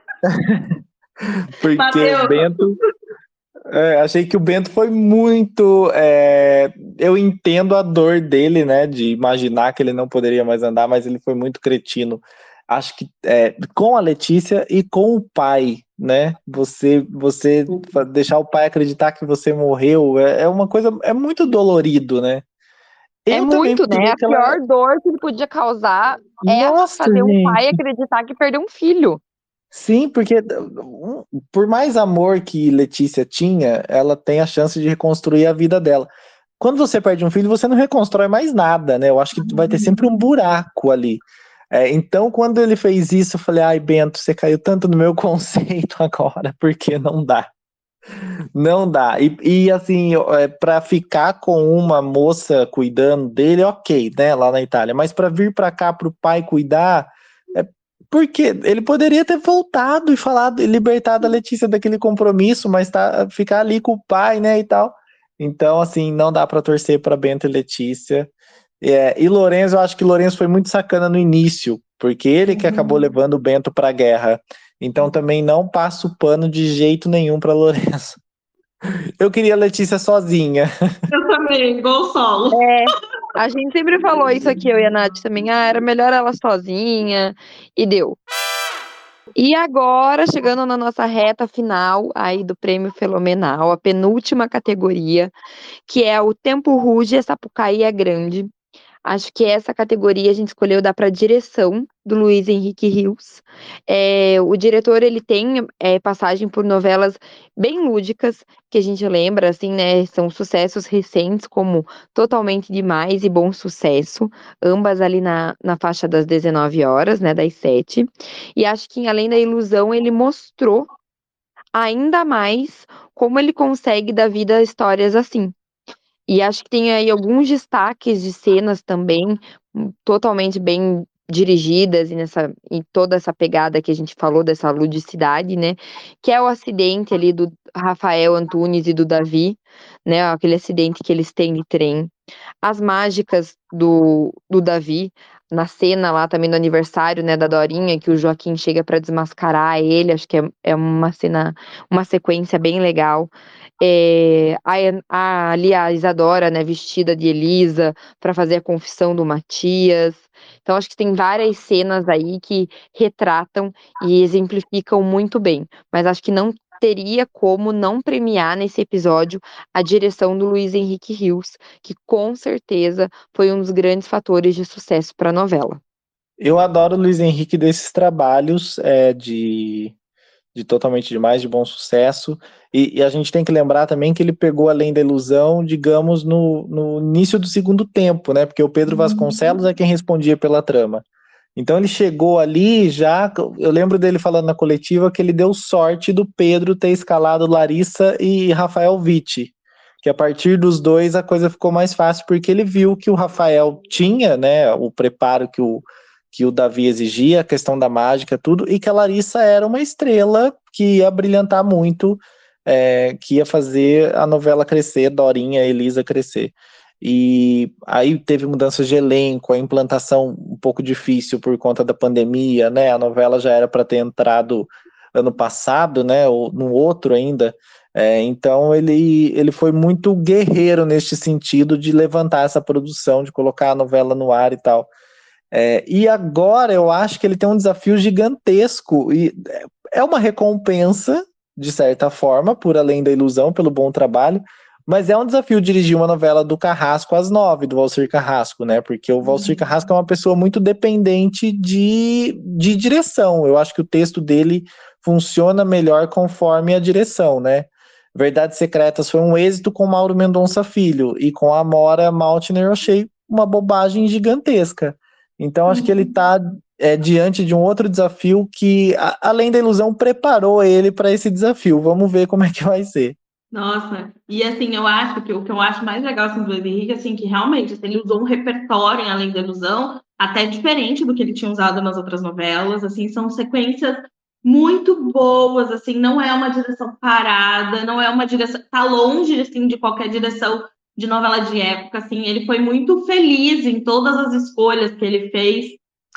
Porque Mateus. o Bento... achei que o Bento foi muito... eu entendo a dor dele, né? De imaginar que ele não poderia mais andar, mas ele foi muito cretino. Acho que com a Letícia e com o pai, né? Você deixar o pai acreditar que você morreu é uma coisa... É muito dolorido, né? É muito, né? A pior dor que ele podia causar fazer um pai acreditar que perdeu um filho. Sim, porque por mais amor que Letícia tinha, ela tem a chance de reconstruir a vida dela. Quando você perde um filho, você não reconstrói mais nada, né? Eu acho que vai ter sempre um buraco ali. Então, quando ele fez isso, eu falei, ai, Bento, você caiu tanto no meu conceito agora, porque não dá. Não dá. E assim, para ficar com uma moça cuidando dele, ok, né, lá na Itália. Mas para vir para cá, para o pai cuidar, Porque ele poderia ter voltado e falado, e libertado a Letícia daquele compromisso, mas ficar ali com o pai, né, e tal. Então, assim, não dá pra torcer pra Bento e Letícia. E Lourenço, eu acho que Lourenço foi muito sacana no início, porque ele que acabou levando o Bento pra guerra. Então também não passo pano de jeito nenhum pra Lourenço. Eu queria a Letícia sozinha. Eu também, gol solo. A gente sempre falou isso aqui, eu e a Nath também. Era melhor ela sozinha. E deu. E agora, chegando na nossa reta final aí do Prêmio Felomenal, a penúltima categoria, que é o Tempo Ruge, Sapucaí é Grande. Acho que essa categoria a gente escolheu dar para a direção do Luiz Henrique Rios. O diretor, ele tem passagem por novelas bem lúdicas, que a gente lembra, assim, né? São sucessos recentes, como Totalmente Demais e Bom Sucesso, ambas ali na faixa das 19 horas, né? Das 7. E acho que, além da ilusão, ele mostrou ainda mais como ele consegue dar vida a histórias assim. E acho que tem aí alguns destaques de cenas também totalmente bem dirigidas e toda essa pegada que a gente falou dessa ludicidade, né? Que é o acidente ali do Rafael Antunes e do Davi, né? Aquele acidente que eles têm de trem. As mágicas do Davi, na cena lá também do aniversário, né, da Dorinha, que o Joaquim chega para desmascarar ele, acho que é uma cena, uma sequência bem legal. Ali a Isadora, né, vestida de Elisa para fazer a confissão do Matias. Então acho que tem várias cenas aí que retratam e exemplificam muito bem, mas acho que não teria como não premiar nesse episódio a direção do Luiz Henrique Rios, que com certeza foi um dos grandes fatores de sucesso para a novela. Eu adoro o Luiz Henrique desses trabalhos de Totalmente Demais, de Bom Sucesso, e a gente tem que lembrar também que ele pegou Além da Ilusão, digamos, no início do segundo tempo, né, porque o Pedro Vasconcelos é quem respondia pela trama. Então ele chegou ali já, eu lembro dele falando na coletiva que ele deu sorte do Pedro ter escalado Larissa e Rafael Witt, que a partir dos dois a coisa ficou mais fácil, porque ele viu que o Rafael tinha, né, o preparo que o Davi exigia, a questão da mágica, tudo, e que a Larissa era uma estrela que ia brilhantar muito, que ia fazer a novela crescer, Dorinha e Elisa crescer. E aí teve mudanças de elenco, a implantação um pouco difícil por conta da pandemia, né? A novela já era para ter entrado ano passado, né? Ou no outro ainda. Então ele foi muito guerreiro neste sentido de levantar essa produção, de colocar a novela no ar e tal. E agora eu acho que ele tem um desafio gigantesco e é uma recompensa, de certa forma, por Além da Ilusão, pelo bom trabalho, mas é um desafio dirigir uma novela do Carrasco às 9, do Valcir Carrasco, né? Porque o Valcir Carrasco é uma pessoa muito dependente de direção. Eu acho que o texto dele funciona melhor conforme a direção, né? Verdades Secretas foi um êxito com Mauro Mendonça Filho, e com a Amora Maltner eu achei uma bobagem gigantesca. Então acho que ele está diante de um outro desafio que, Além da Ilusão, preparou ele para esse desafio. Vamos ver como é que vai ser. Nossa, e assim, eu acho que o que eu acho mais legal assim, do Luiz Henrique, assim, que realmente assim, ele usou um repertório em Além da Ilusão, até diferente do que ele tinha usado nas outras novelas, assim, são sequências muito boas, assim, não é uma direção parada, não é uma direção, tá longe, assim, de qualquer direção de novela de época, assim, ele foi muito feliz em todas as escolhas que ele fez,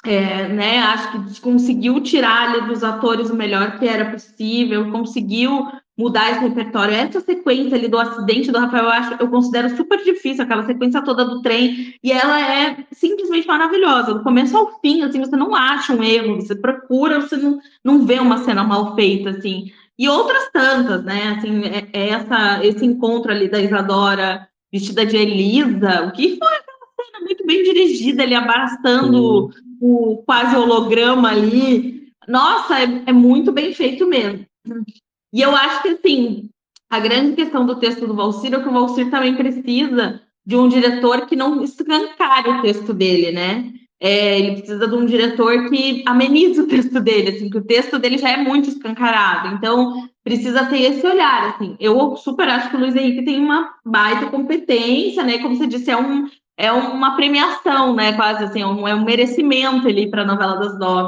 né, acho que conseguiu tirar ali dos atores o melhor que era possível, conseguiu mudar esse repertório. Essa sequência ali do acidente do Rafael, eu considero super difícil, aquela sequência toda do trem, e ela é simplesmente maravilhosa, do começo ao fim, assim, você não acha um erro, você procura, você não vê uma cena mal feita, assim, e outras tantas, né, assim, esse encontro ali da Isadora vestida de Elisa, o que foi aquela cena muito bem dirigida, ali abraçando o quase holograma ali, nossa, é muito bem feito mesmo. E eu acho que, assim, a grande questão do texto do Valcir é que o Valcir também precisa de um diretor que não escancare o texto dele, né? Ele precisa de um diretor que amenize o texto dele, assim, que o texto dele já é muito escancarado. Então, precisa ter esse olhar, assim. Eu super acho que o Luiz Henrique tem uma baita competência, né? Como você disse, é uma premiação, né? Quase assim, é um merecimento ali para a novela das 9.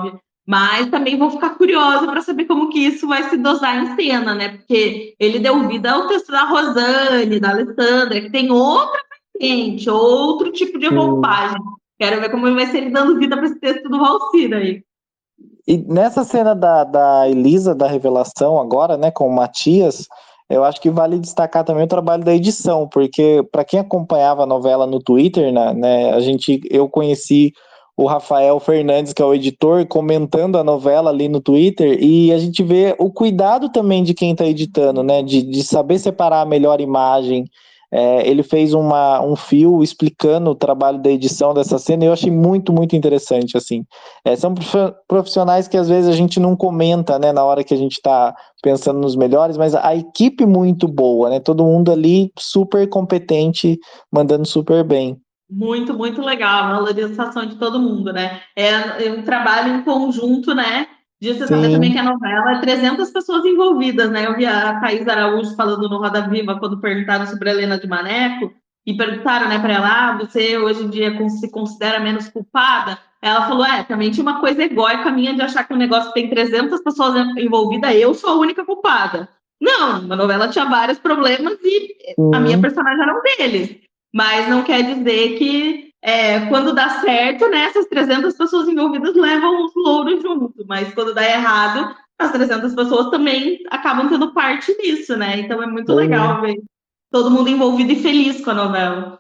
Mas também vou ficar curiosa para saber como que isso vai se dosar em cena, né? Porque ele deu vida ao texto da Rosane, da Alessandra, que tem outra vertente, outro tipo de roupagem. Quero ver como vai ser ele dando vida para esse texto do Valcir aí. E nessa cena da Elisa, da revelação agora, né, com o Matias, eu acho que vale destacar também o trabalho da edição, porque para quem acompanhava a novela no Twitter, né, eu conheci o Rafael Fernandes, que é o editor, comentando a novela ali no Twitter, e a gente vê o cuidado também de quem está editando, né, de saber separar a melhor imagem. Ele fez um fio explicando o trabalho da edição dessa cena, e eu achei muito, muito interessante, assim. São profissionais que às vezes a gente não comenta, né, na hora que a gente está pensando nos melhores, mas a equipe muito boa, né, todo mundo ali super competente, mandando super bem. Muito, muito legal, a valorização de todo mundo, né? É um trabalho em conjunto, né? De você saber também que a novela é 300 pessoas envolvidas, né? Eu vi a Thaís Araújo falando no Roda Viva quando perguntaram sobre a Helena de Maneco e perguntaram, né, para ela, você hoje em dia se considera menos culpada? Ela falou, também tinha uma coisa egóica minha de achar que um negócio tem 300 pessoas envolvidas, eu sou a única culpada. Não, a novela tinha vários problemas e a minha personagem era um deles. Mas não quer dizer que quando dá certo, né, essas 300 pessoas envolvidas levam os louros junto, mas quando dá errado, as 300 pessoas também acabam tendo parte nisso, né? Então é muito legal ver todo mundo envolvido e feliz com a novela.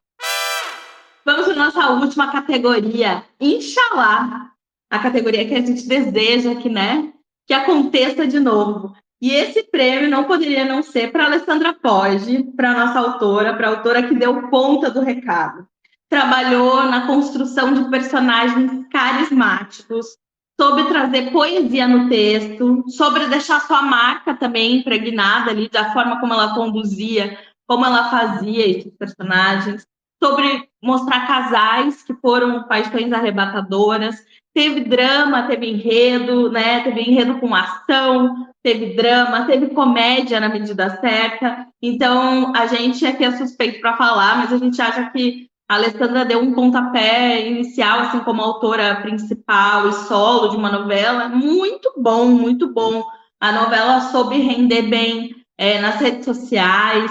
Vamos para a nossa última categoria, Inxalá, a categoria que a gente deseja que aconteça de novo. E esse prêmio não poderia não ser para a Alessandra Poggi, para a nossa autora, para a autora que deu conta do recado. Trabalhou na construção de personagens carismáticos, soube trazer poesia no texto, sobre deixar sua marca também impregnada ali da forma como ela conduzia, como ela fazia esses personagens, sobre mostrar casais que foram paixões arrebatadoras. Teve drama, teve enredo, né? Teve enredo com ação, teve drama, teve comédia na medida certa. Então, a gente aqui é suspeito para falar, mas a gente acha que a Alessandra deu um pontapé inicial, assim como autora principal e solo de uma novela, muito bom, muito bom. A novela soube render bem nas redes sociais,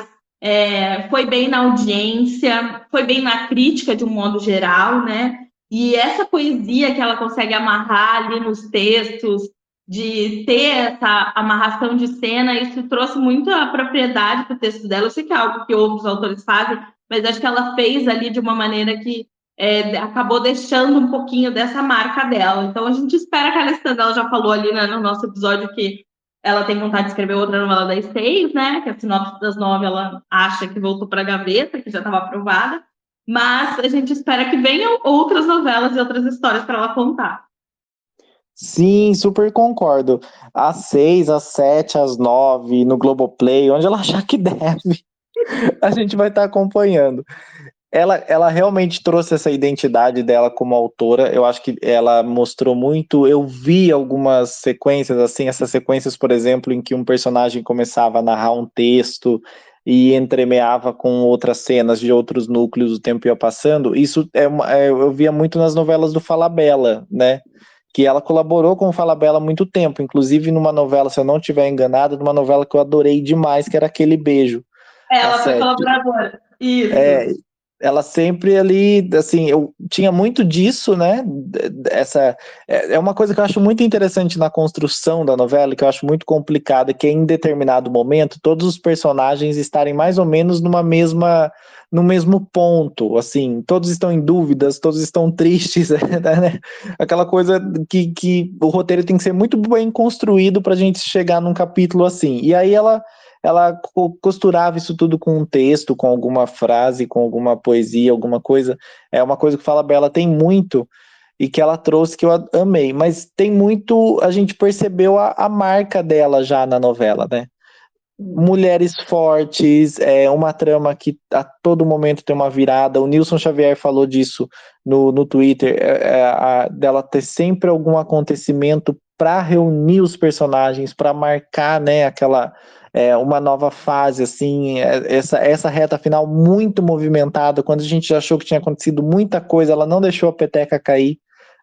foi bem na audiência, foi bem na crítica de um modo geral, né? E essa poesia que ela consegue amarrar ali nos textos, de ter essa amarração de cena, isso trouxe muita propriedade para o texto dela. Eu sei que é algo que outros autores fazem, mas acho que ela fez ali de uma maneira que acabou deixando um pouquinho dessa marca dela. Então a gente espera que a Alessandra, ela já falou ali, né, no nosso episódio que ela tem vontade de escrever outra novela das 6, né? Que a sinopse das 9 ela acha que voltou para a gaveta, que já estava aprovada. Mas a gente espera que venham outras novelas e outras histórias para ela contar. Sim, super concordo. Às 6, às 7, às 9, no Globoplay, onde ela achar que deve, a gente vai estar acompanhando. Ela realmente trouxe essa identidade dela como autora. Eu acho que ela mostrou muito. Eu vi algumas sequências, assim, essas sequências, por exemplo, em que um personagem começava a narrar um texto e entremeava com outras cenas de outros núcleos, o tempo ia passando. Isso eu via muito nas novelas do Falabella, né? Que ela colaborou com o Falabella há muito tempo, inclusive numa novela, se eu não estiver enganado, numa novela que eu adorei demais, que era Aquele Beijo. Ela foi colaboradora. Isso. Ela sempre ali, assim, eu tinha muito disso, né? Essa é uma coisa que eu acho muito interessante na construção da novela, que eu acho muito complicada, que é em determinado momento todos os personagens estarem mais ou menos no mesmo ponto, assim, todos estão em dúvidas, todos estão tristes, né? Aquela coisa que o roteiro tem que ser muito bem construído para a gente chegar num capítulo assim. E aí ela costurava isso tudo com um texto, com alguma frase, com alguma poesia, alguma coisa. É uma coisa que Falabella tem muito e que ela trouxe que eu amei. Mas tem muito, a gente percebeu a marca dela já na novela, né? Mulheres fortes, uma trama que a todo momento tem uma virada. O Nilson Xavier falou disso no Twitter, dela ter sempre algum acontecimento para reunir os personagens, para marcar, né, aquela uma nova fase, assim, essa reta final muito movimentada. Quando a gente já achou que tinha acontecido muita coisa, ela não deixou a peteca cair.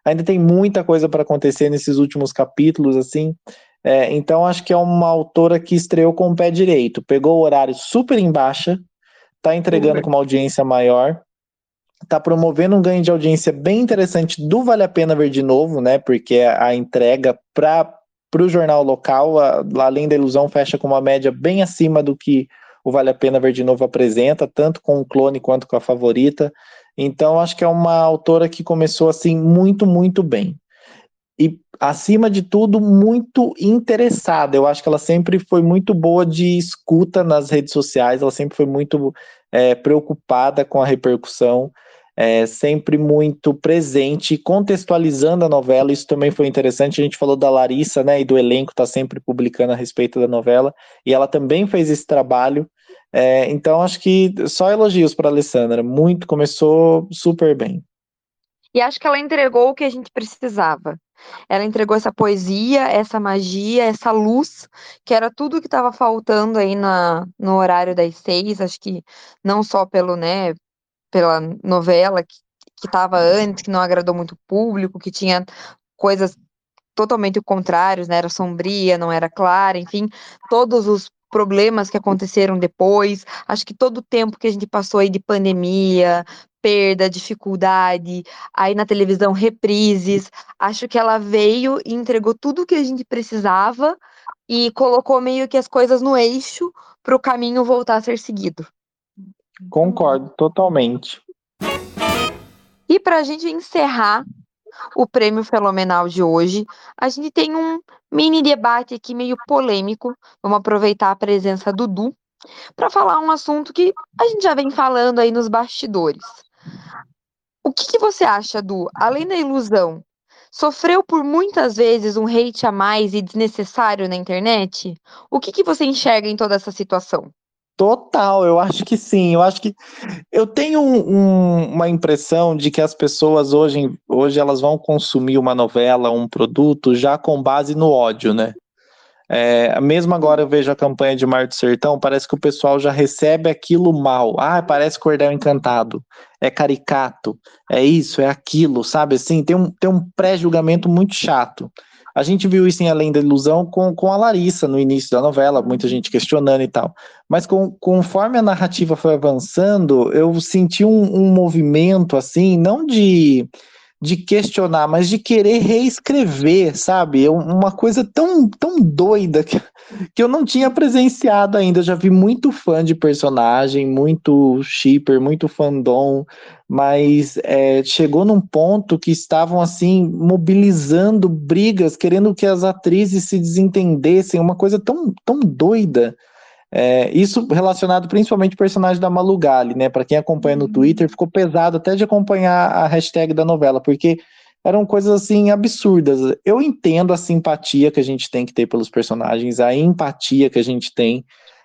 ainda tem muita coisa para acontecer nesses últimos capítulos, assim. Então acho que é uma autora que estreou com o pé direito, pegou o horário super em baixa, tá entregando com uma audiência maior, tá promovendo um ganho de audiência bem interessante do Vale a Pena Ver de Novo, né? Porque a entrega para o jornal local, além da Ilusão, fecha com uma média bem acima do que o Vale a Pena Ver de Novo apresenta, tanto com o Clone quanto com a Favorita. Então, acho que é uma autora que começou assim muito, muito bem. E, acima de tudo, muito interessada. Eu acho que ela sempre foi muito boa de escuta nas redes sociais, ela sempre foi muito preocupada com a repercussão, sempre muito presente, contextualizando a novela. Isso também foi interessante. A gente falou da Larissa, né, e do elenco tá sempre publicando a respeito da novela, e ela também fez esse trabalho. Então, acho que só elogios para a Alessandra. Começou super bem. E acho que ela entregou o que a gente precisava. Ela entregou essa poesia, essa magia, essa luz, que era tudo que estava faltando aí no horário das 6. Acho que não só pela novela que estava antes, que não agradou muito o público, que tinha coisas totalmente contrárias, né? Era sombria, não era clara, enfim, todos os problemas que aconteceram depois. Acho que todo o tempo que a gente passou aí de pandemia, perda, dificuldade, aí na televisão reprises, acho que ela veio e entregou tudo o que a gente precisava e colocou meio que as coisas no eixo para o caminho voltar a ser seguido. Concordo totalmente. E para a gente encerrar o prêmio Fenomenal de hoje, a gente tem um mini debate aqui meio polêmico. Vamos aproveitar a presença do Du para falar um assunto que a gente já vem falando aí nos bastidores. O que você acha, Du? Além da Ilusão, sofreu por muitas vezes um hate a mais e desnecessário na internet? O que você enxerga em toda essa situação? Total, eu acho que sim. Eu acho que eu tenho uma impressão de que as pessoas hoje elas vão consumir uma novela, um produto já com base no ódio, né? Mesmo agora eu vejo a campanha de Mar do Sertão, parece que o pessoal já recebe aquilo mal. Ah, parece Cordel Encantado, é caricato, é isso, é aquilo, sabe? Assim, tem um pré-julgamento muito chato. A gente viu isso em Além da Ilusão com a Larissa no início da novela, muita gente questionando e tal. Mas conforme a narrativa foi avançando, eu senti um movimento, assim, não de questionar, mas de querer reescrever, sabe? Uma coisa tão, tão doida que eu não tinha presenciado ainda. Eu já vi muito fã de personagem, muito shipper, muito fandom, mas chegou num ponto que estavam assim mobilizando brigas, querendo que as atrizes se desentendessem, uma coisa tão, tão doida. Isso relacionado principalmente ao personagem da Malu Gali, né? Para quem acompanha no Twitter, ficou pesado até de acompanhar a hashtag da novela, porque eram coisas assim absurdas. Eu entendo a simpatia que a gente tem que ter pelos personagens, a empatia que a gente tem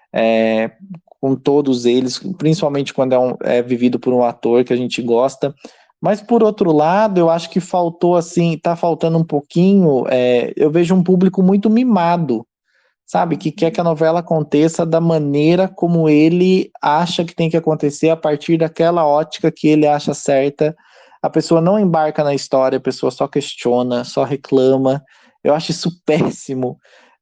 com todos eles, principalmente quando é vivido por um ator que a gente gosta. Mas por outro lado, eu acho que faltou assim, tá faltando um pouquinho. Eu vejo um público muito mimado, sabe, que quer que a novela aconteça da maneira como ele acha que tem que acontecer, a partir daquela ótica que ele acha certa. A pessoa não embarca na história, a pessoa só questiona, só reclama. Eu acho isso péssimo.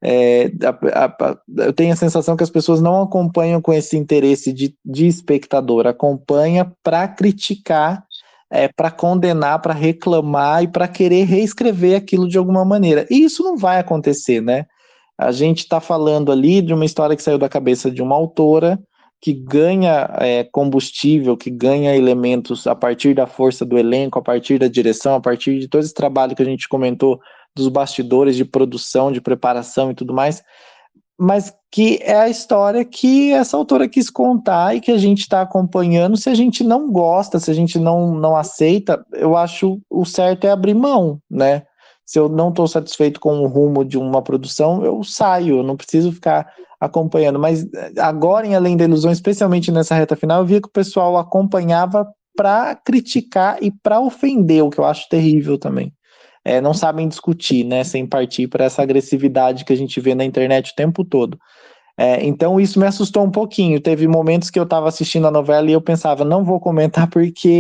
Eu tenho a sensação que as pessoas não acompanham com esse interesse de espectador, acompanha para criticar, para condenar, para reclamar e para querer reescrever aquilo de alguma maneira. E isso não vai acontecer, né? A gente está falando ali de uma história que saiu da cabeça de uma autora que ganha combustível, que ganha elementos a partir da força do elenco, a partir da direção, a partir de todo esse trabalho que a gente comentou dos bastidores de produção, de preparação e tudo mais, mas que é a história que essa autora quis contar e que a gente está acompanhando. Se a gente não gosta, se a gente não aceita, eu acho o certo é abrir mão, né? Se eu não estou satisfeito com o rumo de uma produção, eu saio, eu não preciso ficar acompanhando. Mas agora, em Além da Ilusão, especialmente nessa reta final, eu via que o pessoal acompanhava para criticar e para ofender, o que eu acho terrível também. Não sabem discutir, né, sem partir para essa agressividade que a gente vê na internet o tempo todo. Então isso me assustou um pouquinho. Teve momentos que eu estava assistindo a novela e eu pensava, não vou comentar porque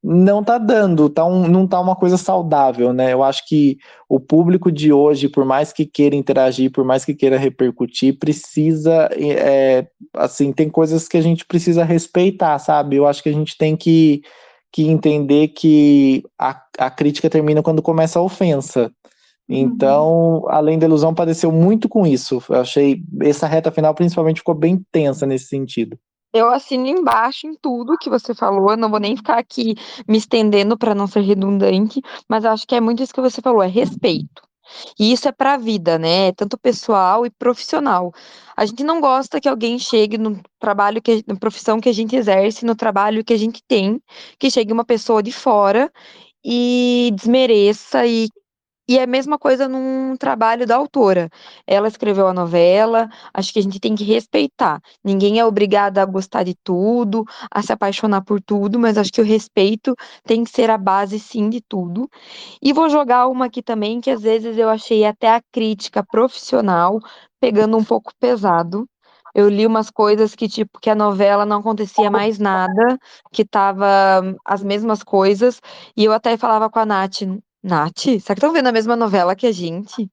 não tá dando, não tá uma coisa saudável, né? Eu acho que o público de hoje, por mais que queira interagir, por mais que queira repercutir, precisa, assim, tem coisas que a gente precisa respeitar, sabe? Eu acho que a gente tem que entender que a crítica termina quando começa a ofensa. Então, Além da Ilusão padeceu muito com isso. Eu achei essa reta final, principalmente, ficou bem tensa nesse sentido. Eu assino embaixo em tudo que você falou, eu não vou nem ficar aqui me estendendo para não ser redundante, mas eu acho que é muito isso que você falou, é respeito. E isso é para a vida, né? Tanto pessoal e profissional. A gente não gosta que alguém chegue no trabalho na profissão que a gente exerce, no trabalho que a gente tem, que chegue uma pessoa de fora e desmereça e é a mesma coisa num trabalho da autora. Ela escreveu a novela, acho que a gente tem que respeitar. Ninguém é obrigado a gostar de tudo, a se apaixonar por tudo, mas acho que o respeito tem que ser a base, sim, de tudo. E vou jogar uma aqui também, que às vezes eu achei até a crítica profissional pegando um pouco pesado. Eu li umas coisas que, tipo, que a novela não acontecia mais nada, que tava as mesmas coisas, e eu até falava com a Nath, Nath, será que estão vendo a mesma novela que a gente?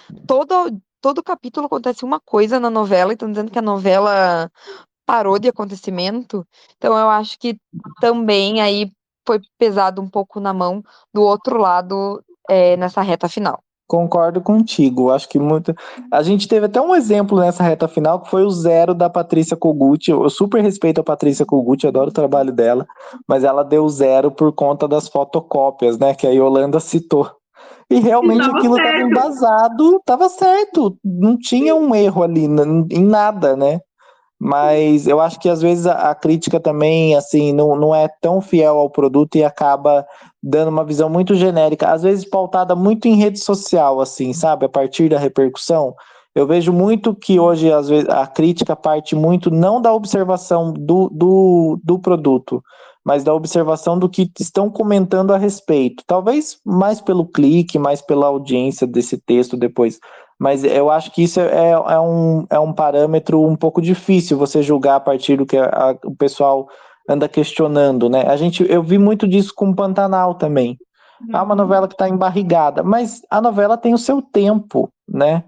Todo capítulo acontece uma coisa na novela e estão dizendo que a novela parou de acontecimento. Então eu acho que também aí foi pesado um pouco na mão do outro lado nessa reta final. Concordo contigo, acho que muito. A gente teve até um exemplo nessa reta final que foi o Zero da Patrícia Kogut. Eu super respeito a Patrícia Kogut, adoro o trabalho dela, mas ela deu zero por conta das fotocópias, né? Que a Yolanda citou. E realmente aquilo estava embasado, estava certo, não tinha um erro ali em nada, né? Mas eu acho que às vezes a crítica também, assim, não é tão fiel ao produto e acaba dando uma visão muito genérica, às vezes pautada muito em rede social, assim, sabe? A partir da repercussão. Eu vejo muito que hoje, às vezes, a crítica parte muito não da observação do produto, mas da observação do que estão comentando a respeito. Talvez mais pelo clique, mais pela audiência desse texto depois. Mas eu acho que isso é um parâmetro um pouco difícil você julgar a partir do que o pessoal anda questionando, né? Eu vi muito disso com Pantanal também. Uma novela que está embarrigada, mas a novela tem o seu tempo, né?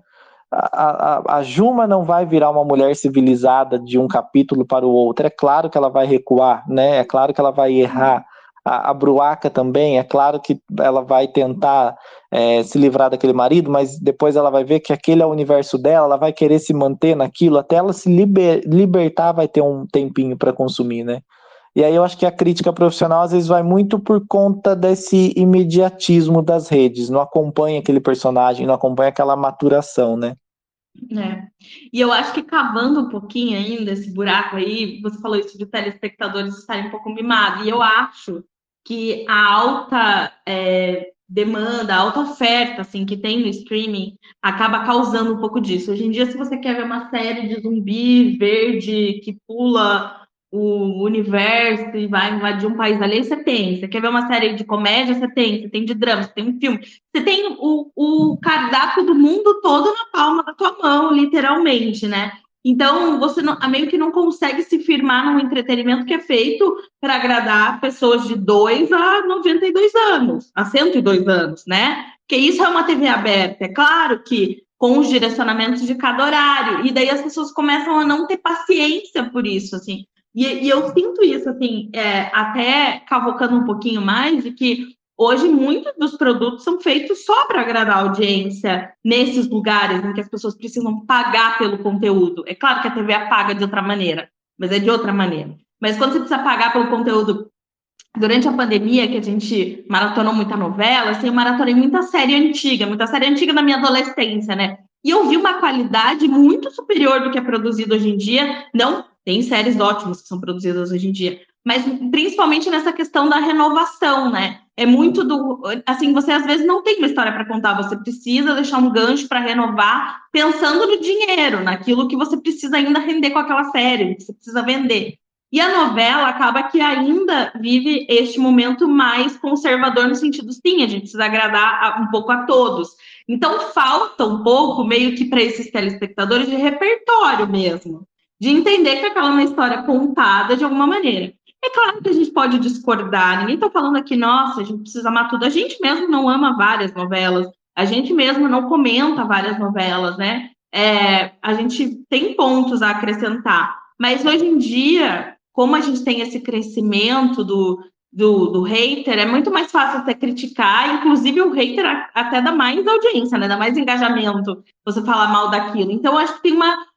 A Juma não vai virar uma mulher civilizada de um capítulo para o outro. É claro que ela vai recuar, né? É claro que ela vai errar. A Bruaca também, é claro que ela vai tentar se livrar daquele marido, mas depois ela vai ver que aquele é o universo dela, ela vai querer se manter naquilo, até ela se libertar vai ter um tempinho para consumir, né? E aí eu acho que a crítica profissional às vezes vai muito por conta desse imediatismo das redes, não acompanha aquele personagem, não acompanha aquela maturação, né? E eu acho que cavando um pouquinho ainda esse buraco aí, você falou isso de telespectadores estarem um pouco mimados, e eu acho que a alta demanda, a alta oferta assim, que tem no streaming acaba causando um pouco disso. Hoje em dia, se você quer ver uma série de zumbi verde que pula o universo e vai invadir um país alheio, você tem. Você quer ver uma série de comédia, você tem de drama, você tem um filme. Você tem o cardápio do mundo todo na palma da tua mão, literalmente, né? Então, você meio que não consegue se firmar num entretenimento que é feito para agradar pessoas de 2 a 92 anos, a 102 anos, né? Porque isso é uma TV aberta. É claro que com os direcionamentos de cada horário. E daí as pessoas começam a não ter paciência por isso, assim. E eu sinto isso, assim, até cavocando um pouquinho mais, de que hoje muitos dos produtos são feitos só para agradar a audiência nesses lugares em que as pessoas precisam pagar pelo conteúdo. É claro que a TV paga de outra maneira, mas é de outra maneira. Mas quando você precisa pagar pelo conteúdo, durante a pandemia, que a gente maratonou muita novela, assim, eu maratonei muita série antiga da minha adolescência, né? E eu vi uma qualidade muito superior do que é produzido hoje em dia. Não, tem séries ótimas que são produzidas hoje em dia, mas principalmente nessa questão da renovação, né? É muito assim, você às vezes não tem uma história para contar, você precisa deixar um gancho para renovar, pensando no dinheiro, naquilo que você precisa ainda render com aquela série, que você precisa vender. E a novela acaba que ainda vive este momento mais conservador no sentido, sim, a gente precisa agradar um pouco a todos. Então, falta um pouco, meio que para esses telespectadores, de repertório mesmo, de entender que aquela é uma história contada de alguma maneira. É claro que a gente pode discordar, ninguém está falando aqui, nossa, a gente precisa amar tudo. A gente mesmo não ama várias novelas, a gente mesmo não comenta várias novelas, né? A gente tem pontos a acrescentar, mas hoje em dia, como a gente tem esse crescimento do hater, é muito mais fácil até criticar, inclusive o hater até dá mais audiência, né? Dá mais engajamento você falar mal daquilo. Então, acho que tem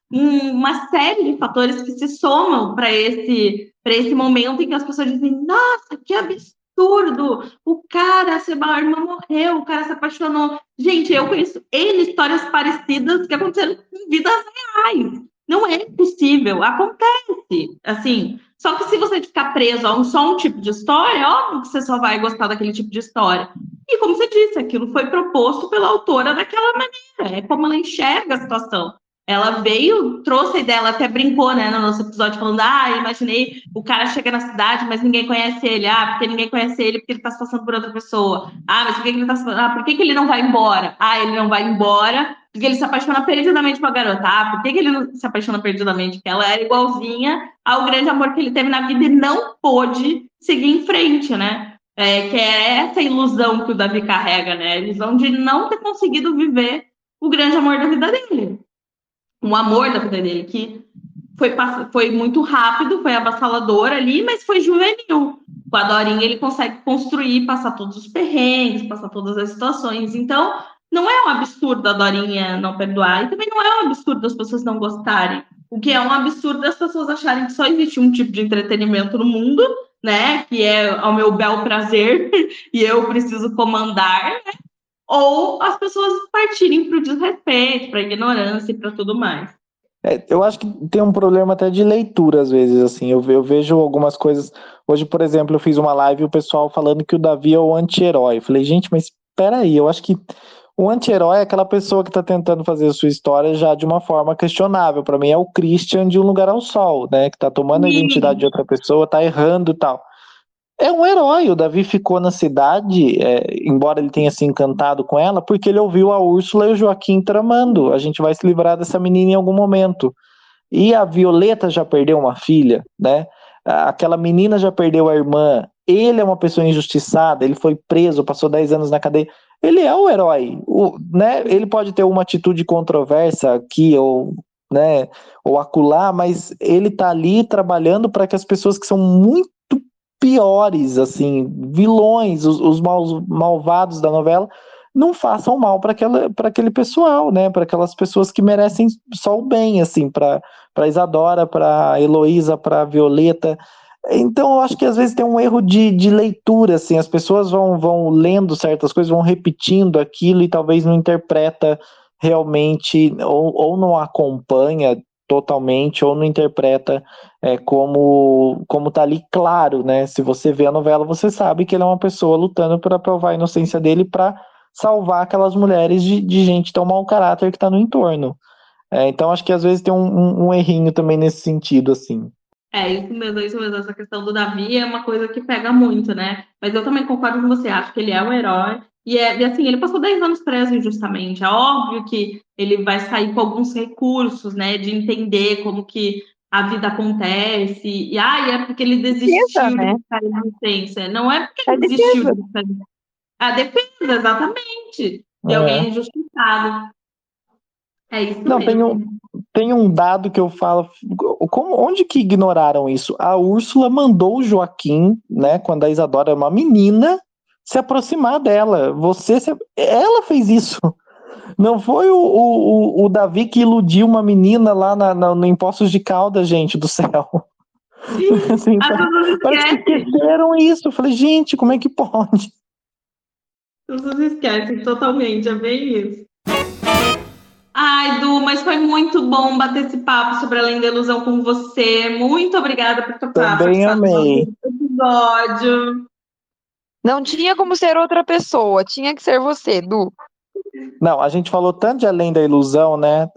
uma série de fatores que se somam para esse momento em que as pessoas dizem, nossa, que absurdo! O cara, a irmã morreu, o cara se apaixonou. Gente, eu conheço N histórias parecidas que aconteceram em vidas reais. Não é possível, acontece. Assim, só que se você ficar preso a só um tipo de história, é óbvio que você só vai gostar daquele tipo de história. E como você disse, aquilo foi proposto pela autora daquela maneira, é como ela enxerga a situação. Ela veio, trouxe a ideia, ela até brincou, né, no nosso episódio, falando, imaginei o cara chega na cidade, mas ninguém conhece ele. Porque ninguém conhece ele porque ele tá se passando por outra pessoa. Mas por que ele tá se passando? Por que ele não vai embora? Ele não vai embora porque ele se apaixona perdidamente pela garota. Por que ele não se apaixona perdidamente? Porque ela era igualzinha ao grande amor que ele teve na vida e não pôde seguir em frente, né? Que é essa ilusão que o Davi carrega, né? A ilusão de não ter conseguido viver o grande amor da vida dele. O amor da vida dele, que foi muito rápido, foi avassalador ali, mas foi juvenil. Com a Dorinha ele consegue construir, passar todos os perrengues, passar todas as situações. Então, não é um absurdo a Dorinha não perdoar, e também não é um absurdo as pessoas não gostarem. O que é um absurdo as pessoas acharem que só existe um tipo de entretenimento no mundo, né? Que é ao meu bel prazer e eu preciso comandar, né? Ou as pessoas partirem para o desrespeito, para a ignorância e para tudo mais. Eu acho que tem um problema até de leitura, às vezes, assim, eu vejo algumas coisas, hoje, por exemplo, eu fiz uma live e o pessoal falando que o Davi é o anti-herói, eu falei, gente, mas peraí, eu acho que o anti-herói é aquela pessoa que tá tentando fazer a sua história já de uma forma questionável, pra mim é o Christian de Um Lugar ao Sol, né, que tá tomando a identidade de outra pessoa, tá errando e tal. É um herói, o Davi ficou na cidade, embora ele tenha se encantado com ela, porque ele ouviu a Úrsula e o Joaquim tramando. A gente vai se livrar dessa menina em algum momento. E a Violeta já perdeu uma filha, né? Aquela menina já perdeu a irmã. Ele é uma pessoa injustiçada, ele foi preso, passou 10 anos na cadeia. Ele é o herói, né? Ele pode ter uma atitude controversa aqui né, ou acolá, mas ele tá ali trabalhando para que as pessoas que são muito piores, assim, vilões, os malvados da novela, não façam mal para aquele pessoal, né? Para aquelas pessoas que merecem só o bem, assim, para Isadora, para Heloísa, para Violeta. Então, eu acho que às vezes tem um erro de leitura, assim, as pessoas vão lendo certas coisas, vão repetindo aquilo e talvez não interpreta realmente, ou não acompanha totalmente, ou não interpreta como tá ali claro, né? Se você vê a novela, você sabe que ele é uma pessoa lutando para provar a inocência dele para salvar aquelas mulheres de gente tão mau caráter que tá no entorno. Então acho que às vezes tem um errinho também nesse sentido, assim. Isso mesmo, essa questão do Davi é uma coisa que pega muito, né? Mas eu também concordo com você, acho que ele é um herói. E assim, ele passou 10 anos preso injustamente. É óbvio que ele vai sair com alguns recursos, né? De entender como que a vida acontece. E é porque ele desistiu né? de ficar em inocência. Não é porque ele desistiu de ficar em a defesa, exatamente, de alguém injustiçado. É isso Não, mesmo. tem um dado que eu falo, onde que ignoraram isso? A Úrsula mandou o Joaquim, né, quando a Isadora é uma menina, se aproximar dela. Ela fez isso. Não foi o Davi que iludiu uma menina lá no Impostos de Caldas, gente do céu. Assim, parece que esqueceram isso. Eu falei, gente, como é que pode? As pessoas esquecem totalmente, é bem isso. Ai, Du, mas foi muito bom bater esse papo sobre Além da Ilusão com você. Muito obrigada por topar Também amei. episódio. Não tinha como ser outra pessoa, tinha que ser você, Du. Não, a gente falou tanto de Além da Ilusão, né?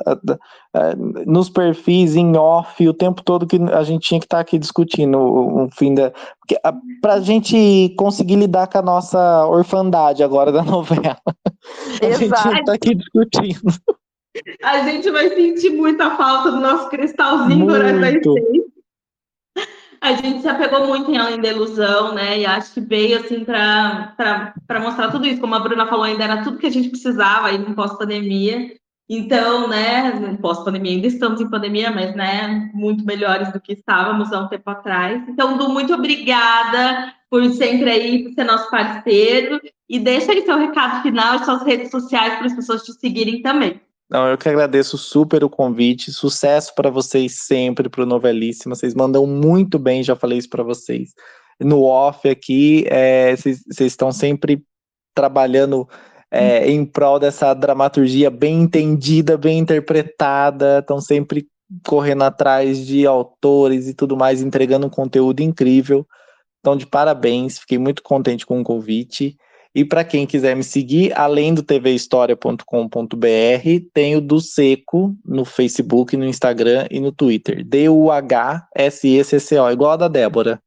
Nos perfis, em off, o tempo todo que a gente tinha que estar aqui discutindo o fim da. Pra gente conseguir lidar com a nossa orfandade agora da novela. A gente tinha que estar aqui discutindo. A gente vai sentir muita falta do nosso cristalzinho durante a essência. A gente se apegou muito em Além da Ilusão, né? E acho que veio assim para mostrar tudo isso. Como a Bruna falou, ainda era tudo que a gente precisava aí no pós-pandemia. Então, né, no pós-pandemia ainda estamos em pandemia, mas né, muito melhores do que estávamos há um tempo atrás. Então, Du, muito obrigada por sempre aí, por ser nosso parceiro. E deixa aí seu recado final e suas redes sociais para as pessoas te seguirem também. Não, eu que agradeço super o convite, sucesso para vocês sempre, para o Novelíssima, vocês mandam muito bem, já falei isso para vocês. No off aqui, vocês estão sempre trabalhando em prol dessa dramaturgia bem entendida, bem interpretada, estão sempre correndo atrás de autores e tudo mais, entregando um conteúdo incrível. Então, de parabéns, fiquei muito contente com o convite. E para quem quiser me seguir, além do tvhistoria.com.br, tem o do Seco no Facebook, no Instagram e no Twitter. DUHSECCO, igual a da Débora.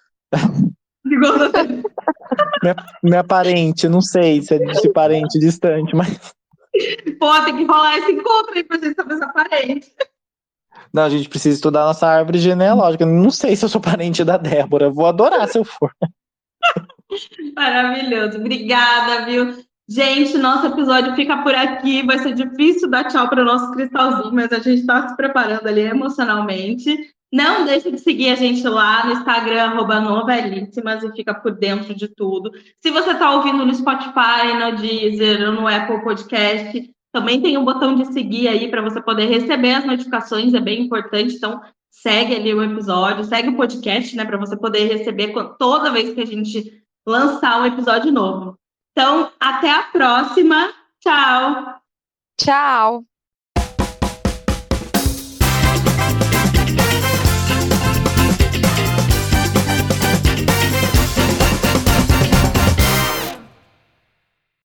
Minha parente, não sei se é de parente distante, mas... Pô, tem que rolar esse encontro aí pra gente saber essa parente. Não, a gente precisa estudar a nossa árvore genealógica. Não sei se eu sou parente da Débora. Vou adorar se eu for. Maravilhoso. Obrigada, viu? Gente, nosso episódio fica por aqui. Vai ser difícil dar tchau para o nosso cristalzinho, mas a gente está se preparando ali emocionalmente. Não deixe de seguir a gente lá no Instagram, @novelíssimas, e fica por dentro de tudo. Se você está ouvindo no Spotify, no Deezer, no Apple Podcast, também tem um botão de seguir aí para você poder receber as notificações, é bem importante. Então, segue ali o episódio, segue o podcast, né, para você poder receber toda vez que a gente lançar um episódio novo. Então, até a próxima. Tchau! Tchau!